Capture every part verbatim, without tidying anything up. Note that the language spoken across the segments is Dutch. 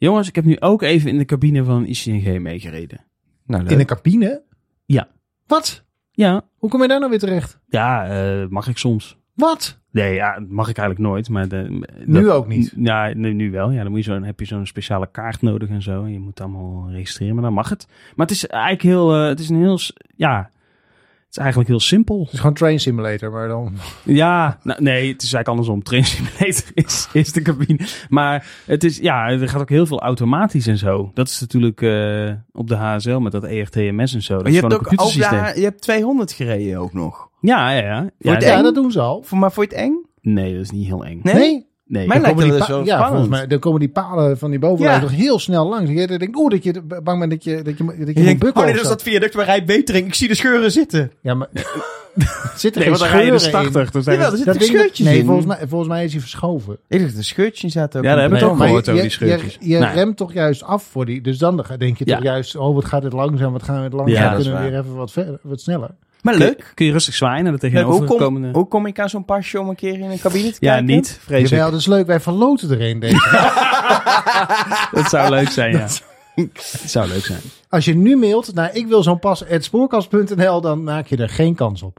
Jongens, ik heb nu ook even in de cabine van I C N G meegereden. Nou, In de cabine? Ja. Wat? Ja, Hoe kom je daar nou weer terecht? ja uh, mag ik soms. Wat? Nee, ja, dat mag ik eigenlijk nooit. Maar de, Nu dat, ook niet? Ja, nu, nu wel. Ja, dan, moet je zo, dan heb je zo'n speciale kaart nodig en zo. En je moet allemaal registreren, maar dan mag het. Maar het is eigenlijk heel... Uh, het is een heel... Ja, het is eigenlijk heel simpel. Het is gewoon Train Simulator, maar dan... Ja, nou, nee, het is eigenlijk andersom. Train Simulator is, is de cabine. Maar het is, ja, er gaat ook heel veel automatisch en zo. Dat is natuurlijk uh, op de H S L met dat E R T M S en zo. Dat je is hebt gewoon ook een over computersysteem. de, je hebt tweehonderd gereden ook nog. Ja, ja, ja. Ja, ja, Ja, dat doen ze al. Voor, maar vond je het eng? nee, dat is niet heel eng. Nee? Nee? Nee. Mij Dan lijkt komen dat die dus pa- zo ja, spannend. volgens mij dan komen die palen van die bovenlijn Ja. nog heel snel langs. Je denkt, oeh, dat je bang bent dat je, dat je, dat je, Je moet denkt, bukken oh nee, of dat is zo. dat viaduct waar rijdt Betering. Ik zie de scheuren zitten. Ja, maar zit er Nee, geen want dan rij je de scheuren in? tachtig. Dan zijn Jawel, er het- zitten Dat ding- scheurtjes nee, in. volgens mij, volgens mij is hij verschoven. Ik dacht, de scheurtjes zaten ook. Ja, daar op heb ik de ook baan. gehoord je, over die je, scheurtjes. je Nou. remt toch juist af voor die. Dus dan denk je Ja. toch juist, oh wat gaat dit langzaam, wat gaan we het langzaam, Ja, dan dat is kunnen we waar. weer even wat, verder, wat sneller. Maar Kun, leuk. kun je rustig zwaaien naar de Leuk. Hoe, tegenoverkomende... kom, hoe kom ik aan zo'n pasje om een keer in een cabine te Ja, kijken? niet, vrees Jawel, ik. dat is leuk. Wij verloten er een deze. Dat zou leuk zijn, ja. Dat zou leuk zijn. Als je nu mailt naar ik wil zo'n pas at spoorkast punt n l, dan maak je er geen kans op.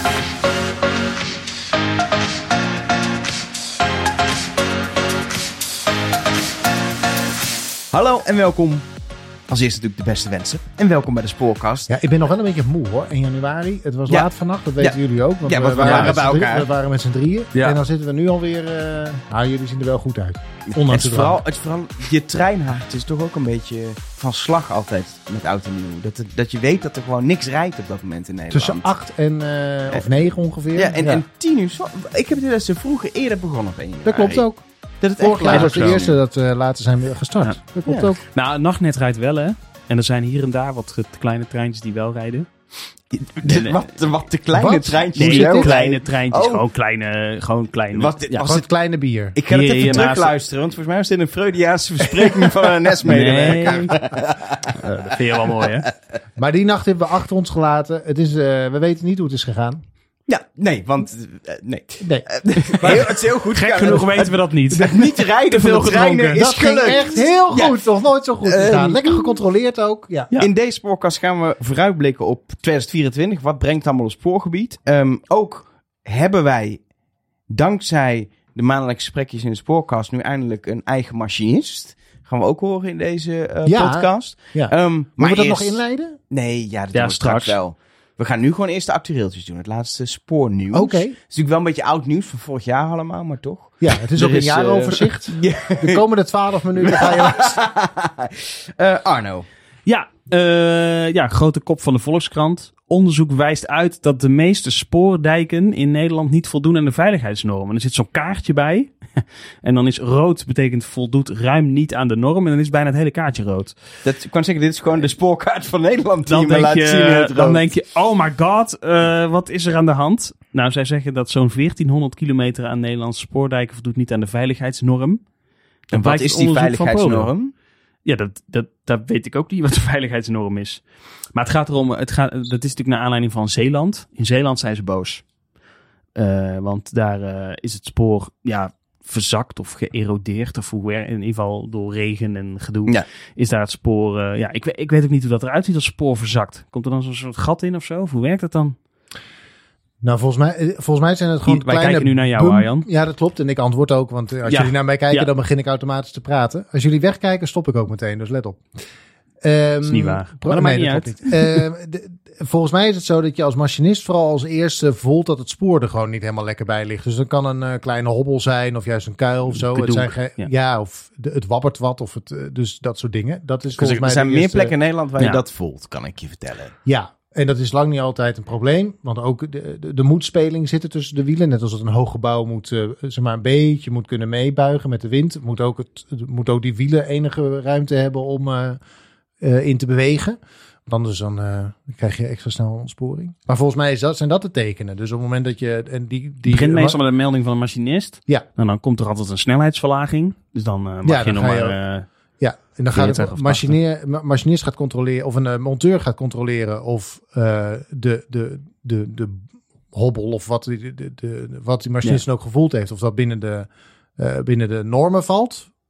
Hallo en welkom. Als eerste natuurlijk de beste wensen. En welkom bij de Spoorkast. Ja, ik ben nog wel een beetje moe hoor. In januari. Het was Ja. laat vannacht, dat weten Ja. jullie ook. Want Ja, want we waren met bij z'n drie- elkaar. We waren met z'n drieën. Ja. En dan zitten we nu alweer... Uh, nou, jullie zien er wel goed uit. Het Ondanks is, de vooral, drank. het is vooral je treinhart is toch ook een beetje van slag altijd met oud en nieuw. Dat, het- dat je weet dat er gewoon niks rijdt op dat moment in Nederland. Tussen acht en uh, of negen ongeveer. Ja, en, en tien uur. Zo, ik heb het dat ze vroeger eerder begonnen op één januari. dat klopt ook. Dat het Vorig echt jaar laat was de zo. eerste dat uh, later zijn we gestart. Ja. Dat klopt Ja. ook. Nou, Nachtnet rijdt wel, hè. En er zijn hier en daar wat te kleine treintjes die wel rijden. De- wat, wat de kleine Wat? treintjes. Hoe Nee, zit dit? kleine treintjes. Oh. Gewoon kleine... Gewoon kleine Wat dit- ja. was Van het- het kleine bier. Ik ga het Hier- even hiernaast- terugluisteren, want volgens mij was dit een Freudiaanse verspreking van een nestmedewerker. Nee. Uh, dat vind je wel mooi, hè? Maar die nacht hebben we achter ons gelaten. Het is, uh, we weten niet hoe het is gegaan. Ja, nee, want... uh, nee. Nee. Maar heel, het is heel goed Gek gegaan. genoeg weten we dat niet. Het niet rijden van veel de treinen gedronken. is Dat ging gelukt. echt heel Ja. goed. Nog nooit zo goed Ehm, gegaan. Lekker gecontroleerd ook. Ja. Ja. In deze podcast gaan we vooruitblikken op twintig vierentwintig. Wat brengt het allemaal op spoorgebied? Um, ook hebben wij, dankzij de maandelijkse gesprekjes in de spoorkast, nu eindelijk een eigen machinist. Gaan we ook horen in deze uh, Ja. podcast. Ja. Um, Moeten maar we dat eerst- nog inleiden? Nee, ja, dat Ja, doen we straks. straks. wel. We gaan nu gewoon eerst de actueeltjes doen. Het laatste spoornieuws. Oké. Het is natuurlijk wel een beetje oud nieuws van vorig jaar allemaal, maar toch. Ja, het is Er ook een is, uh, jaaroverzicht. Ja. De komende twaalf minuten ga je langs. Uh, Arno. Ja, uh, ja, grote kop van de Volkskrant. Onderzoek wijst uit dat de meeste spoordijken in Nederland niet voldoen aan de veiligheidsnormen. Er zit zo'n kaartje bij. En dan is rood betekent voldoet ruim niet aan de norm. En dan is bijna het hele kaartje rood. Dat, ik kan zeggen, dit is gewoon de spoorkaart van Nederland die Dan je me denk, laat je, zien in het dan rood. denk je, oh my god, uh, wat is er aan de hand? Nou, zij zeggen dat zo'n veertienhonderd kilometer aan Nederlandse spoordijken voldoet niet aan de veiligheidsnorm. En wat blijkt is uit die onderzoek van Polen. veiligheidsnorm? Ja, dat, dat, dat weet ik ook niet wat de veiligheidsnorm is. Maar het gaat erom, het gaat, dat is natuurlijk naar aanleiding van Zeeland. In Zeeland zijn ze boos. Uh, want daar uh, is het spoor ja, verzakt of geërodeerd. Of hoe in ieder geval door regen en gedoe Ja. is daar het spoor... Uh, ja, ik, ik weet ook niet hoe dat eruit ziet als spoor verzakt. Komt er dan zo'n soort gat in of zo? Of hoe werkt dat dan? Nou, volgens mij, volgens mij zijn het gewoon Wij kleine... kijken nu naar jou, bum- Arjan. Ja, dat klopt. En ik antwoord ook, want als Ja. jullie naar mij kijken, Ja. dan begin ik automatisch te praten. Als jullie wegkijken, stop ik ook meteen, dus let op. Um, Dat is niet waar. Pro- Maar dat nee, maakt dat niet klopt niet. Ehm, de- volgens mij is het zo dat je als machinist vooral als eerste voelt dat het spoor er gewoon niet helemaal lekker bij ligt. Dus dan kan een uh, kleine hobbel zijn of juist een kuil of zo. Het Gedoe, zijn ge- ja. ja. of de, het wabbert wat of het, uh, dus dat soort dingen. Dat is volgens mij Er zijn de meer eerste- plekken in Nederland waar Ja. je dat voelt, kan ik je vertellen. Ja, en dat is lang niet altijd een probleem. Want ook de, de, de moedspeling zit er tussen de wielen. Net als dat een hoog gebouw moet, uh, zeg maar een beetje moet kunnen meebuigen met de wind. Moet ook, het, moet ook die wielen enige ruimte hebben om uh, uh, in te bewegen. Want anders dan, uh, dan krijg je extra snel een ontsporing. Maar volgens mij is dat, zijn dat de tekenen. Dus op het moment dat je... En die, die, Het begint meestal met een melding van een machinist. Ja. En dan komt er altijd een snelheidsverlaging. Dus dan uh, mag Ja, je dan nog ga je maar... Uh, Ja, en dan gaat veertig het of machineer, ma- machinist gaat controleren of een uh, monteur gaat controleren of uh, de, de, de, de hobbel of wat die, de, de, de, wat die machinist Ja. ook gevoeld heeft, of dat binnen de, uh, binnen de normen valt.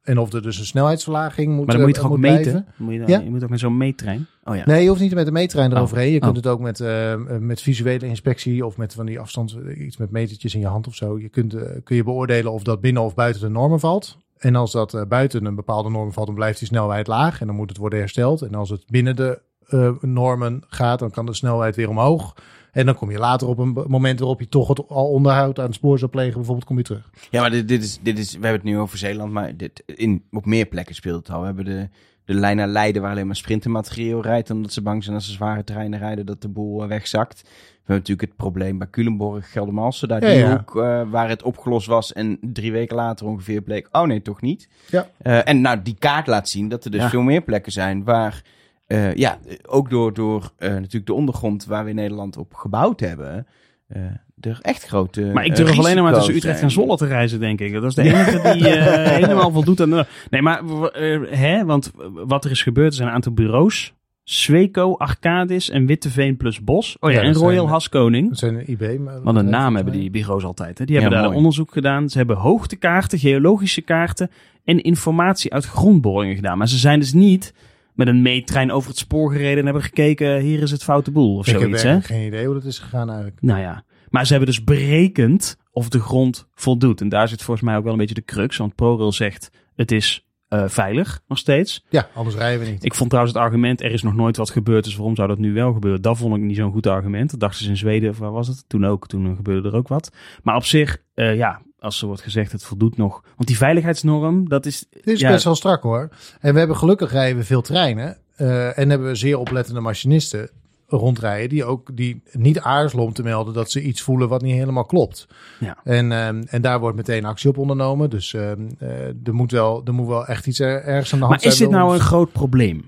En of er dus een snelheidsverlaging moet Maar dan moet je uh, toch ook moet meten? blijven. Moet je, dan, Ja. je moet ook met zo'n meettrein? Oh ja. Nee, je hoeft niet met de meettrein Oh. eroverheen. Je Oh. kunt het ook met, uh, met visuele inspectie of met van die afstand, iets met metertjes in je hand of zo. Je kunt, uh, kun je beoordelen of dat binnen of buiten de normen valt. En als dat uh, buiten een bepaalde norm valt, dan blijft die snelheid laag en dan moet het worden hersteld. En als het binnen de uh, normen gaat, dan kan de snelheid weer omhoog. En dan kom je later op een moment waarop je toch het al onderhoud aan het spoor zou plegen. Bijvoorbeeld kom je terug. Ja, maar dit, dit is, dit is, we hebben het nu over Zeeland, maar dit, in, op meer plekken speelt het al. We hebben de, de lijn naar Leiden waar alleen maar sprintermaterieel rijdt, omdat ze bang zijn als ze zware treinen rijden dat de boel uh, wegzakt. We hebben natuurlijk het probleem bij Culemborg, Geldermalsen, daar Ja, die ja. hoek uh, waar het opgelost was en drie weken later ongeveer bleek, oh nee, toch niet. Ja. Uh, en nou, die kaart laat zien dat er dus Ja. veel meer plekken zijn waar, uh, ja, ook door, door uh, natuurlijk de ondergrond waar we in Nederland op gebouwd hebben, uh, er echt grote Maar ik uh, durf alleen nog maar tussen risico's Utrecht en zijn. Zwolle te reizen, denk ik. Dat is de enige die uh, helemaal voldoet aan de... Nee, maar uh, hè, want wat er is gebeurd, er zijn een aantal bureaus. Sweco, Arcadis en Witteveen plus Bos. Oh ja, Ja, en dat Royal zijn- Haskoning. Dat zijn een I B. Maar Wat een naam hebben die bureaus altijd. Hè. Die hebben Ja, daar mooi. onderzoek gedaan. Ze hebben hoogtekaarten, geologische kaarten en informatie uit grondboringen gedaan. Maar ze zijn dus niet met een meettrein over het spoor gereden en hebben gekeken, hier is het foute boel of Ik heb zoiets. Hè? eigenlijk geen idee hoe dat is gegaan eigenlijk. Nou ja, maar ze hebben dus berekend of de grond voldoet. En daar zit volgens mij ook wel een beetje de crux. Want ProRail zegt, het is uh, veilig nog steeds. Ja, anders rijden we niet. Ik vond trouwens het argument, er is nog nooit wat gebeurd, dus waarom zou dat nu wel gebeuren? Dat vond ik niet zo'n goed argument. Dat dachten ze in Zweden, of waar was het? Toen ook, toen gebeurde er ook wat. Maar op zich, uh, ja, als er wordt gezegd, het voldoet nog. Want die veiligheidsnorm, dat is... Dit is ja, best wel strak hoor. En we hebben gelukkig rijden we veel treinen. Uh, en hebben we zeer oplettende machinisten rondrijden. Die ook die niet aarzelen om te melden dat ze iets voelen wat niet helemaal klopt. Ja. En, um, en daar wordt meteen actie op ondernomen. Dus um, uh, er, moet wel, er moet wel echt iets er, ergens aan de hand Maar is zijn. dit nou bij een ons. groot probleem?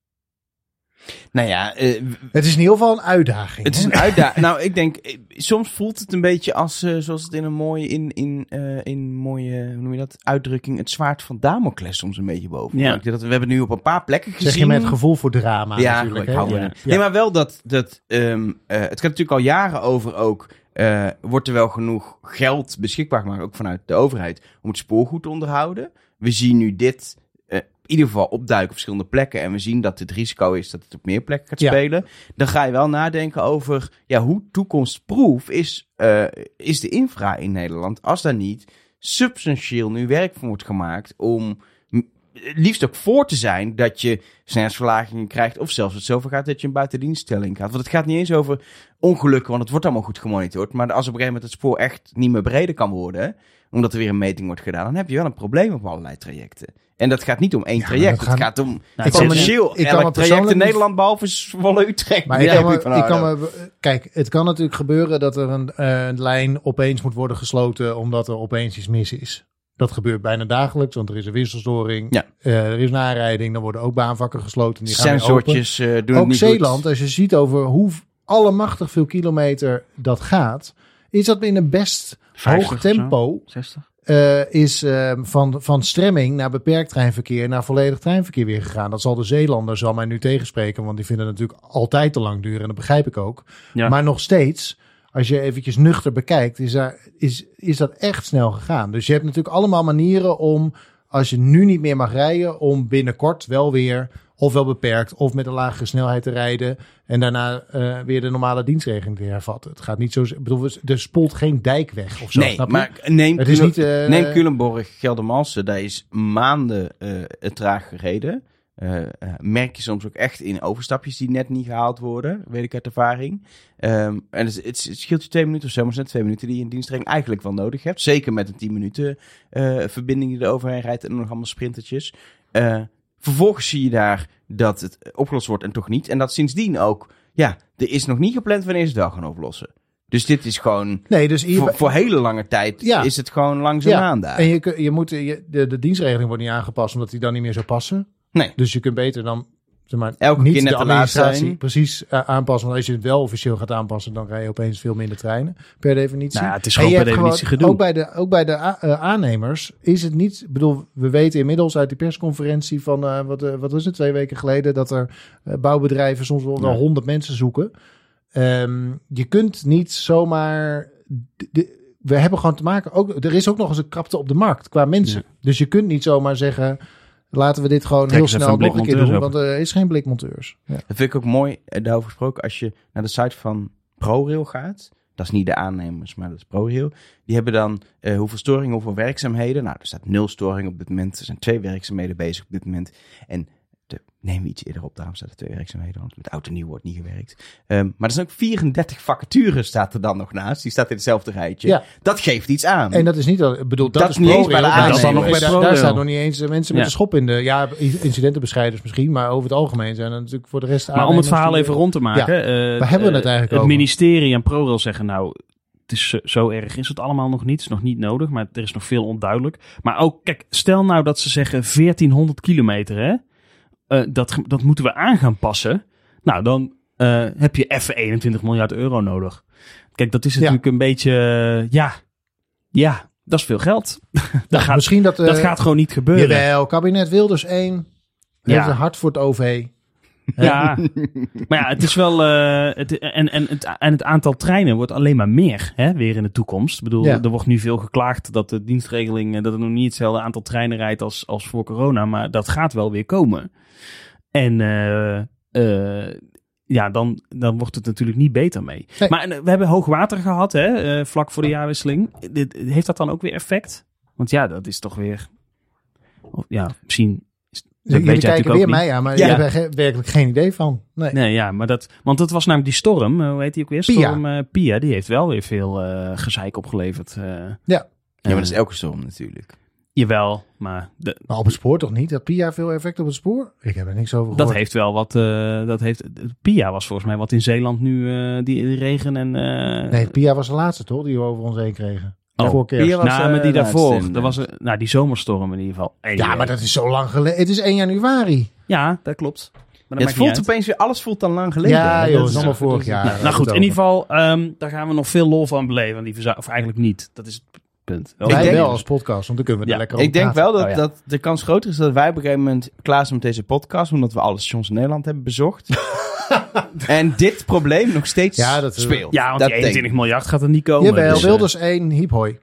Nou ja, uh, Het is in ieder geval een uitdaging. het is hè? een uitdaging. Nou, ik denk, eh, soms voelt het een beetje als, uh, zoals het in een mooie, in, in, uh, in mooie, hoe noem je dat, uitdrukking, het zwaard van Damocles soms een beetje boven. Ja. Ik denk dat, we hebben het nu op een paar plekken gezien. Zeg je met gevoel voor drama Ja, natuurlijk. ik hè? hou Ja. er Ja. niet. Nee, maar wel dat, dat um, uh, het gaat natuurlijk al jaren over ook, uh, wordt er wel genoeg geld beschikbaar gemaakt, ook vanuit de overheid, om het spoor goed te onderhouden. We zien nu dit uh, in ieder geval opduiken op verschillende plekken en we zien dat het risico is dat het op meer plekken gaat Ja. spelen. Dan ga je wel nadenken over, ja, hoe toekomstproof is, uh, is de infra in Nederland, als daar niet substantieel nu werk van wordt gemaakt om liefst ook voor te zijn dat je snelheidsverlagingen krijgt of zelfs het zover gaat dat je een buitendienststelling gaat. Want het gaat niet eens over ongelukken, want het wordt allemaal goed gemonitord. Maar als op een gegeven moment het spoor echt niet meer breder kan worden, omdat er weer een meting wordt gedaan, dan heb je wel een probleem op allerlei trajecten. En dat gaat niet om één Ja, traject. maar dat Het gaat- gaat om Nou, ik kan me niet- potentieel ik kan me elk traject persoonlijk in niet- Nederland behalve Zwolle-Utrecht. Maar Ja, ik kan, heb me, ik van, ik nou, kan nou. me, kijk, het kan natuurlijk gebeuren dat er een, uh, een lijn opeens moet worden gesloten omdat er opeens iets mis is. Dat gebeurt bijna dagelijks, want er is een wisselstoring, Ja. uh, er is een aanrijding, dan worden ook baanvakken gesloten. Die gaan weer open. Sensortjes uh, doen het Ook niet Zeeland, goed. als je ziet over hoe allemachtig veel kilometer dat gaat, is dat in een best vijftig hoog of zo? tempo. zestig? Uh, is uh, van, van stremming naar beperkt treinverkeer naar volledig treinverkeer weer gegaan. Dat zal de Zeelander zal mij nu tegenspreken, want die vinden het natuurlijk altijd te lang duren en dat begrijp ik ook. Ja. Maar nog steeds, als je eventjes nuchter bekijkt, is, daar, is, is dat echt snel gegaan. Dus je hebt natuurlijk allemaal manieren om, als je nu niet meer mag rijden, om binnenkort wel weer ofwel beperkt of met een lagere snelheid te rijden en daarna uh, weer de normale dienstregeling te hervatten. Het gaat niet zo, ik bedoel, er spoelt geen dijk weg of zo. Nee, snap je? maar neem, Het is Culemborg- niet, uh, neem Culemborg, Geldermalsen. Daar is maanden uh, het traag gereden. Uh, uh, merk je soms ook echt in overstapjes die net niet gehaald worden. Weet ik uit ervaring. Um, en het, het, het scheelt je twee minuten of zo. Maar het zijn twee minuten die je in dienstregeling eigenlijk wel nodig hebt. Zeker met een tien minuten uh, verbinding die er overheen rijdt. En nog allemaal sprintertjes. Uh, vervolgens zie je daar dat het opgelost wordt en toch niet. En dat sindsdien ook, ja, er is nog niet gepland wanneer ze het wel gaan oplossen. Dus dit is gewoon, Nee, dus hier, voor, voor hele lange tijd Ja. is het gewoon langzaamaan daar. en je, kun- je moet, je, de, de dienstregeling wordt niet aangepast omdat die dan niet meer zou passen. Nee. Dus je kunt beter dan zeg maar, Elke niet keer net de te laat administratie zijn. precies uh, aanpassen. Want als je het wel officieel gaat aanpassen, dan rij je opeens veel minder treinen per definitie. Nou ja, het is En gewoon je per hebt definitie gewoon- gedoe. Ook bij de, ook bij de a- uh, aannemers is het niet. Ik bedoel, we weten inmiddels uit die persconferentie van uh, wat, uh, wat was het, twee weken geleden, dat er uh, bouwbedrijven soms wel wel Ja. honderd mensen zoeken. Um, je kunt niet zomaar. De, de, we hebben gewoon te maken, ook, er is ook nog eens een krapte op de markt qua mensen. Ja. Dus je kunt niet zomaar zeggen, laten we dit gewoon Trek heel snel een nog een keer doen, op. want er is geen blikmonteurs. Ja. Dat vind ik ook mooi, daarover gesproken, als je naar de site van ProRail gaat. Dat is niet de aannemers, maar dat is ProRail. Die hebben dan uh, hoeveel storingen, hoeveel werkzaamheden. Nou, er staat nul storing op dit moment. Er zijn twee werkzaamheden bezig op dit moment. En de, neem we iets eerder op, daarom staat er twee werkzaamheden. Want met oud en nieuw wordt niet gewerkt. Um, maar er zijn ook vierendertig vacatures staat er dan nog naast. Die staat in hetzelfde rijtje. Ja. Dat geeft iets aan. En dat is niet, ik bedoel, dat, dat is niet eens bij de aannemers. Dat nog bij daar, daar staan nog niet eens mensen met ja. de schop in de, ja, incidentenbestrijders misschien, maar over het algemeen zijn er natuurlijk voor de rest Maar om het verhaal die, even rond te maken. Ja, uh, waar hebben we het eigenlijk Het over? ministerie en ProRail zeggen nou, het is zo, zo erg is het allemaal nog niet. Het is nog niet nodig, maar er is nog veel onduidelijk. Maar ook, kijk, stel nou dat ze zeggen veertienhonderd kilometer, hè. Uh, dat, dat moeten we aan gaan passen. Nou, dan uh, heb je even eenentwintig miljard euro nodig. Kijk, dat is natuurlijk ja. een beetje, uh, ja, ja, dat is veel geld. dat, ja, gaat, misschien dat, uh, dat gaat gewoon niet gebeuren. Jawel, kabinet Wilders één. Ja. Heeft een hart voor het O V. Ja, maar ja, het is wel. Uh, het, en, en, het, en het aantal treinen wordt alleen maar meer, hè, weer in de toekomst. Ik bedoel, ja. er wordt nu veel geklaagd dat de dienstregeling, dat er nog niet hetzelfde aantal treinen rijdt als, als voor corona, maar dat gaat wel weer komen. En uh, uh, ja, dan, dan wordt het natuurlijk niet beter mee. Nee. Maar uh, we hebben hoogwater gehad, hè, uh, vlak voor de jaarwisseling. Heeft dat dan ook weer effect? Want ja, dat is toch weer. Ja, misschien. Dus jullie kijken weer mij aan, maar ja. je hebt er werkelijk geen idee van. Nee, nee ja, maar dat, want dat was namelijk die storm, hoe heet die ook weer? Storm Pia. Uh, Pia, die heeft wel weer veel uh, gezeik opgeleverd. Uh, ja. ja, maar dat is elke storm natuurlijk. Jawel, maar... De, maar op het spoor toch niet? Had Pia veel effect op het spoor? Ik heb er niks over gehoord. Dat heeft wel wat... Uh, dat heeft, Pia was volgens mij wat in Zeeland nu, uh, die, die regen en... Uh, nee, Pia was de laatste toch, die we over ons heen kregen. Oh, voor kerst. Was, nou, maar die daarvoor. Dat was, nou, die zomerstorm in ieder geval. Anyway. Ja, maar dat is zo lang geleden. Het is één januari. Ja, dat klopt. Maar dat ja, het voelt opeens weer, alles voelt dan lang geleden. Ja, joh, dat is allemaal vorig jaar. Nou, nou goed, in ieder geval, um, daar gaan we nog veel lol van beleven. Die verza- of eigenlijk niet. Dat is het punt. Wel, wij wel als podcast, want dan kunnen we er ja. lekker over Ik denk praten. wel dat, oh, ja. dat de kans groter is dat wij op een gegeven moment klaar zijn met deze podcast, omdat we alle stations in Nederland hebben bezocht. En dit probleem nog steeds ja, dat, speelt. Ja, want dat die eenentwintig miljard gaat er niet komen. Jawel, dus, Wilders één, hiep hoi.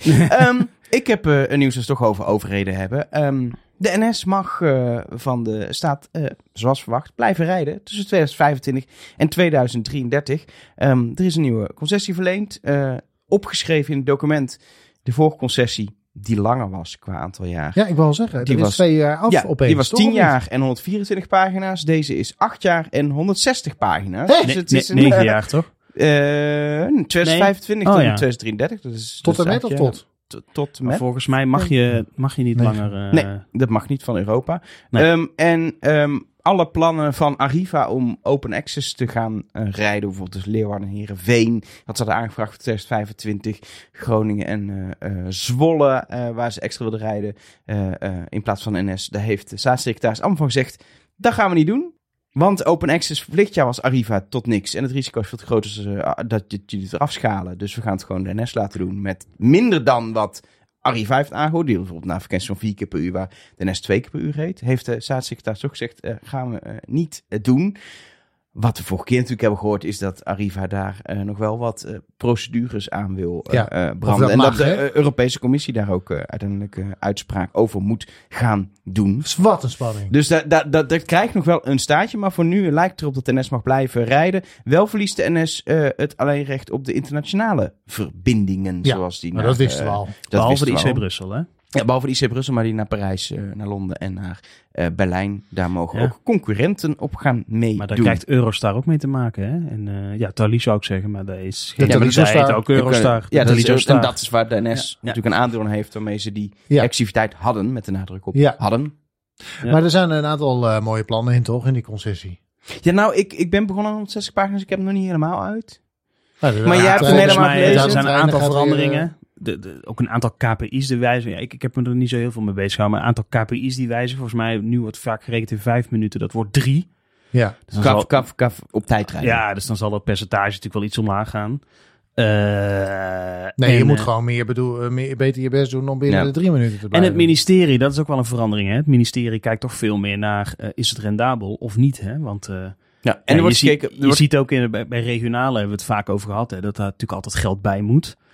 um, ik heb uh, een nieuws dat we het toch over overheden hebben. Um, de N S mag uh, van de staat, uh, zoals verwacht, blijven rijden tussen tweeduizend vijfentwintig en tweeduizend drieëndertig. Um, er is een nieuwe concessie verleend. Uh, opgeschreven in het document de vorige concessie die langer was qua aantal jaar. Ja, ik wil wel zeggen, die was is twee jaar af ja, opeens. Die was toch, tien jaar en honderdvierentwintig pagina's. Deze is acht jaar en honderdzestig pagina's. Hey, dus het is ne- negen jaar, toch? Uh, tweeduizend vijfentwintig nee. tot oh, ja. tweeduizend drieëndertig. Dat is, tot dat en met of tot? T- tot met. Maar volgens mij mag je, mag je niet nee. langer... Uh... Nee, dat mag niet van Europa. Nee. Um, en um, alle plannen van Arriva om open access te gaan uh, rijden, bijvoorbeeld dus Leeuwarden en Heerenveen, dat ze hadden aangevraagd voor tweeduizend vijfentwintig, Groningen en uh, uh, Zwolle, uh, waar ze extra wilden rijden uh, uh, in plaats van N S. Daar heeft de staatssecretaris allemaal van gezegd, dat gaan we niet doen. Want open access verplicht jou als Arriva tot niks. En het risico is veel te groot dus, uh, dat jullie het eraf schalen. Dus we gaan het gewoon de N S laten doen met minder dan wat Arriva heeft aangehouden. Die bijvoorbeeld na frequentie van vier keer per uur, waar de N S twee keer per uur reed. Heeft de staatssecretaris toch gezegd, uh, gaan we uh, niet uh, doen. Wat we vorige keer natuurlijk hebben gehoord, is dat Arriva daar uh, nog wel wat uh, procedures aan wil uh, ja, uh, branden. Dat en mag, dat de uh, Europese Commissie daar ook uh, uiteindelijk uh, uitspraak over moet gaan doen. Wat een spanning. Dus dat, dat, dat, dat krijgt nog wel een staartje, maar voor nu lijkt het erop dat de N S mag blijven rijden. Wel verliest de N S uh, het alleenrecht op de internationale verbindingen, ja, zoals die maar naar, dat wisten uh, we al. Dat behalve de I C Brussel, hè? Ja, behalve de I C Brussel, maar die naar Parijs, uh, naar Londen en naar uh, Berlijn. Daar mogen ja. ook concurrenten op gaan meedoen. Maar daar krijgt Eurostar ook mee te maken, hè? En uh, ja, Thalys zou ik zeggen, maar dat is geen... Ja, ja, heet ook Eurostar. Ja, dat is, en dat is waar de N S ja. natuurlijk een aandeel aan heeft, waarmee ze die ja. exclusiviteit hadden, met de nadruk op ja. hadden. Ja. Maar er zijn een aantal uh, mooie plannen in, toch, in die concessie? Ja, nou, ik, ik ben begonnen aan honderdzestig pagina's, ik heb hem nog niet helemaal uit. Nou, maar jij hebt hem helemaal gelezen. Er zijn een aantal veranderingen. Weer, De, de, ook een aantal K P I's die wijzen. Ja, ik, ik heb me er niet zo heel veel mee bezig gehouden. Maar een aantal K P I's die wijzen. Volgens mij, nu wordt vaak gerekend in vijf minuten. Dat wordt drie. Ja. Dus dan kaf, zal, kaf, kaf op tijd rijden. Ja, dus dan zal het percentage natuurlijk wel iets omlaag gaan. Uh, nee, en, je moet uh, gewoon meer, bedoel, meer, beter je best doen om binnen ja. de drie minuten te blijven. En het ministerie, dat is ook wel een verandering. Hè? Het ministerie kijkt toch veel meer naar, uh, is het rendabel of niet? Hè? Want... Uh, Ja, en ja, er wordt je, gekeken, ziet, je wordt... ziet ook in, bij, bij regionale hebben we het vaak over gehad, hè, dat daar natuurlijk altijd geld bij moet.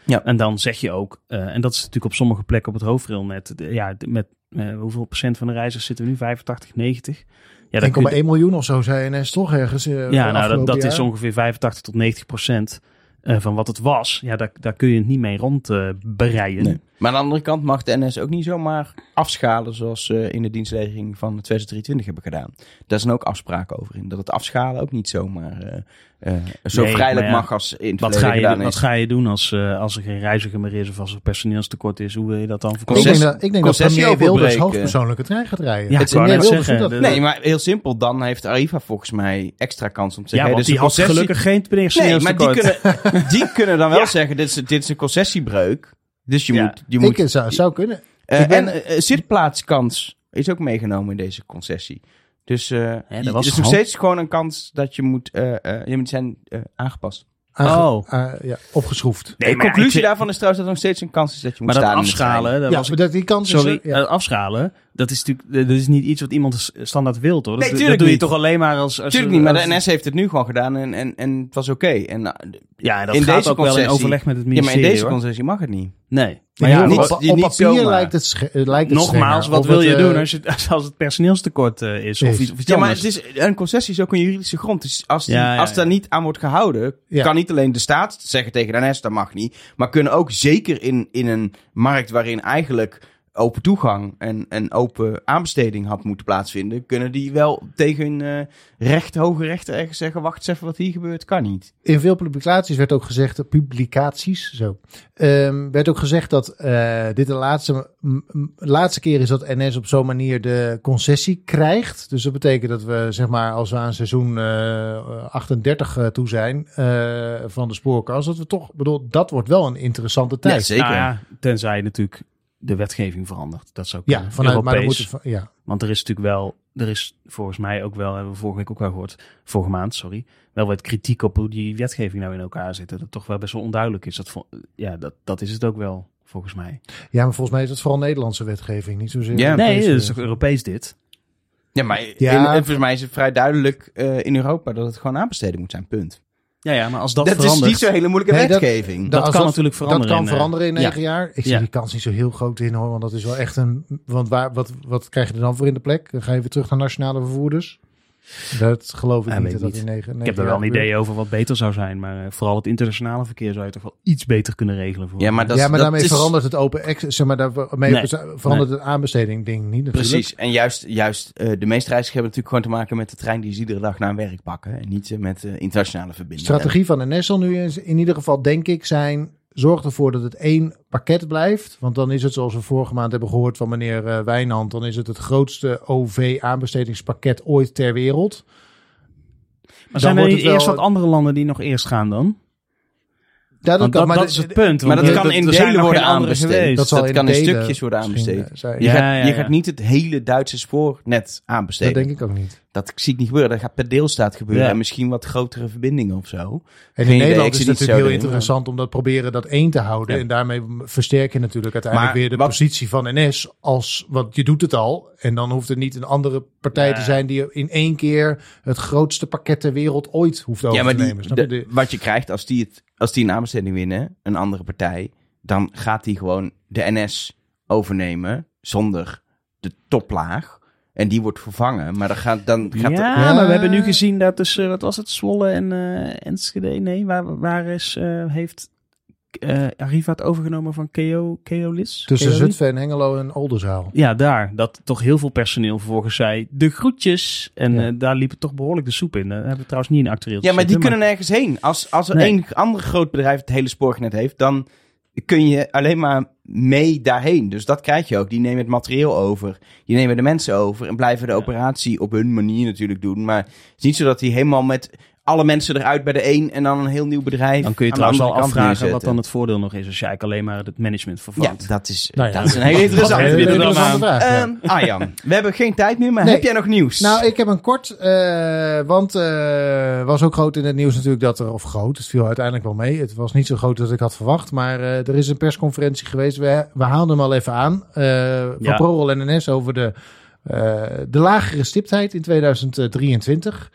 Ja. En dan zeg je ook, uh, en dat is natuurlijk op sommige plekken op het hoofdrailnet, de, ja, de, met uh, hoeveel procent van de reizigers zitten we nu? vijfentachtig, negentig? Ja, één komma één miljoen of zo, zei N S toch ergens? Uh, ja, nou, dat, dat is ongeveer vijfentachtig tot negentig procent uh, van wat het was. Ja, daar, daar kun je het niet mee rond uh, bereiden. Nee. Maar aan de andere kant mag de N S ook niet zomaar afschalen zoals ze uh, in de dienstregeling van twintig drieëntwintig hebben gedaan. Daar zijn ook afspraken over in. Dat het afschalen ook niet zomaar uh, uh, zo nee, vrijelijk ja, mag als in het wat verleden ga je, gedaan is. Wat ga je doen als, uh, als er geen reiziger meer is of als er personeelstekort is? Hoe wil je dat dan voorkomen? Ik denk dat, ik denk dat premier Wilders hoofdpersoonlijke trein gaat rijden. Ja, het ik net zeggen. Dat. Nee, maar heel simpel. Dan heeft Arriva volgens mij extra kans om te zeggen... Ja, want hey, die had concessie... gelukkig geen personeelstekort. Nee, maar die kunnen, die kunnen dan wel ja. zeggen, dit is, dit is een concessiebreuk. Dus je ja, moet... Je moet ik zou, zou kunnen. Uh, ik ben... En uh, zitplaatskans is ook meegenomen in deze concessie. Dus uh, ja, er is nog steeds gewoon een kans dat je moet, uh, uh, je moet zijn uh, aangepast. Aange- oh. Uh, ja, opgeschroefd. Nee, de conclusie ja, daarvan is trouwens dat er nog steeds een kans is dat je moet maar staan. Maar dat afschalen, dat ja, was maar dat die kans sorry, is er, ja. uh, afschalen, dat is natuurlijk, dat is niet iets wat iemand standaard wil, hoor. Nee, dat, dat doe je niet. toch alleen maar als... als tuurlijk niet, maar de N S heeft het nu gewoon gedaan en, en, en het was oké. Okay. En ja, en dat in gaat deze ook wel in overleg met het ministerie. Ja, maar in deze hoor. concessie mag het niet. Nee. Maar ja, niet, op, op niet papier zomaar. lijkt het, sch- lijkt het Nogmaals, strenger. wat wil het, je uh, doen als, je, als het personeelstekort uh, is? Of iets, of iets ja, maar anders. het is, een concessie is ook een juridische grond. Dus als, die, ja, ja, als daar niet aan wordt gehouden, ja. kan niet alleen de staat zeggen tegen de N S, dat mag niet. Maar kunnen ook zeker in, in een markt waarin eigenlijk open toegang en, en open aanbesteding had moeten plaatsvinden, kunnen die wel tegen uh, recht, hoge rechter ergens zeggen, wacht eens even wat hier gebeurt, kan niet. In veel publicaties werd ook gezegd, publicaties, zo, um, werd ook gezegd dat uh, dit de laatste, m- m- laatste keer is dat N S op zo'n manier de concessie krijgt. Dus dat betekent dat we, zeg maar, als we aan seizoen uh, achtendertig uh, toe zijn uh, van de spoorkast, dat we toch, bedoel, dat wordt wel een interessante tijd. Ja, zeker. Nou ja, tenzij natuurlijk de wetgeving verandert. Dat zou ja, vanuit maar dan moet het, ja. Want er is natuurlijk wel, er is volgens mij ook wel, hebben we vorige week ook wel gehoord, vorige maand, sorry, wel wat kritiek op hoe die wetgeving nou in elkaar zit. Dat het toch wel best wel onduidelijk is. Dat, ja, dat, dat is het ook wel, volgens mij. Ja, maar volgens mij is het vooral Nederlandse wetgeving, niet zozeer. Ja, nee, dat is toch Europees dit? Ja, maar ja. In, volgens mij is het vrij duidelijk uh, in Europa dat het gewoon aanbesteding moet zijn, punt. Ja, ja, maar als dat, dat verandert... Dat is niet zo'n hele moeilijke nee, wetgeving. Dat, dat, dat kan dat, natuurlijk veranderen. Dat kan in, veranderen in negen ja. jaar. Ik zie ja. die kans niet zo heel groot in, hoor. Want dat is wel echt een... Want waar, wat, wat krijg je er dan voor in de plek? Dan ga je weer terug naar nationale vervoerders. Dat geloof ik ja, niet. Dat niet. Dat in negen, negen ik heb er wel een idee gebeurt. over wat beter zou zijn. Maar uh, vooral het internationale verkeer zou je toch wel iets beter kunnen regelen. Voor ja, maar, dat, ja, maar dat daarmee is... verandert het open access. Zeg maar, daarmee nee. verandert nee. het aanbesteding ding niet natuurlijk. Precies. En juist, juist uh, de meeste reizigers hebben natuurlijk gewoon te maken met de trein die ze iedere dag naar hun werk pakken. En niet uh, met uh, internationale verbindingen. De strategie van de N S zal nu in, in ieder geval, denk ik, zijn... Zorg ervoor dat het één pakket blijft. Want dan is het, zoals we vorige maand hebben gehoord van meneer uh, Wijnand, dan is het het grootste O V-aanbestedingspakket ooit ter wereld. Maar zijn er niet eerst wat andere landen die nog eerst gaan dan? Ja, dat, kan, dat, maar dat is het punt. Maar dat, dat kan in delen worden aanbesteed. Dat, dat in kan in delen, stukjes worden aanbesteed. Zijn, je, ja, gaat, ja, ja. je gaat niet het hele Duitse spoornet aanbesteden. Dat denk ik ook niet. Dat zie ik niet gebeuren. Dat gaat per deelstaat gebeuren. Ja. En misschien wat grotere verbindingen of zo. En in Nederland is het natuurlijk heel interessant om dat proberen dat één te houden. Ja. En daarmee versterk je natuurlijk uiteindelijk maar, weer de wat, positie van N S. Als, want je doet het al. En dan hoeft er niet een andere partij ja. te zijn die in één keer het grootste pakket ter wereld ooit hoeft over ja, maar te nemen. Die, de, de, wat je krijgt als die, het, als die een aanbesteding winnen, een andere partij, dan gaat die gewoon de N S overnemen zonder de toplaag. En die wordt vervangen, maar dan gaat dan gaat ja, er, ja, maar we hebben nu gezien dat tussen, wat was het, Zwolle en uh, Enschede, nee, waar, waar is, uh, heeft uh, Arriva het overgenomen van Keo, Keolis? Tussen Keolis? Zutphen en Hengelo en Oldenzaal. Ja, daar. Dat toch heel veel personeel vervolgens zei, de groetjes. En ja. uh, daar liep het toch behoorlijk de soep in. Dat hebben we trouwens niet in actueel. Ja, maar die kunnen maar... nergens heen. Als, als er nee. één ander groot bedrijf het hele spoornet heeft, dan kun je alleen maar mee daarheen. Dus dat krijg je ook. Die nemen het materieel over. Die nemen de mensen over en blijven de ja. operatie op hun manier natuurlijk doen. Maar het is niet zo dat die helemaal met alle mensen eruit bij de een en dan een heel nieuw bedrijf. Dan kun je trouwens al afvragen wat dan het voordeel nog is als je eigenlijk alleen maar het management vervangt. Ja, dat is, nou ja, dat is een hele interessante, hele interessante vraag. Ja. Uh, Arjan, we hebben geen tijd meer, maar nee. heb jij nog nieuws? Nou, ik heb een kort, uh, want uh, was ook groot in het nieuws natuurlijk dat er, of groot, het viel uiteindelijk wel mee. Het was niet zo groot als ik had verwacht, maar uh, er is een persconferentie geweest. We, we haalden hem al even aan. Uh, van ja. ProRail en N S over de, uh, de lagere stiptheid in tweeduizend drieëntwintig.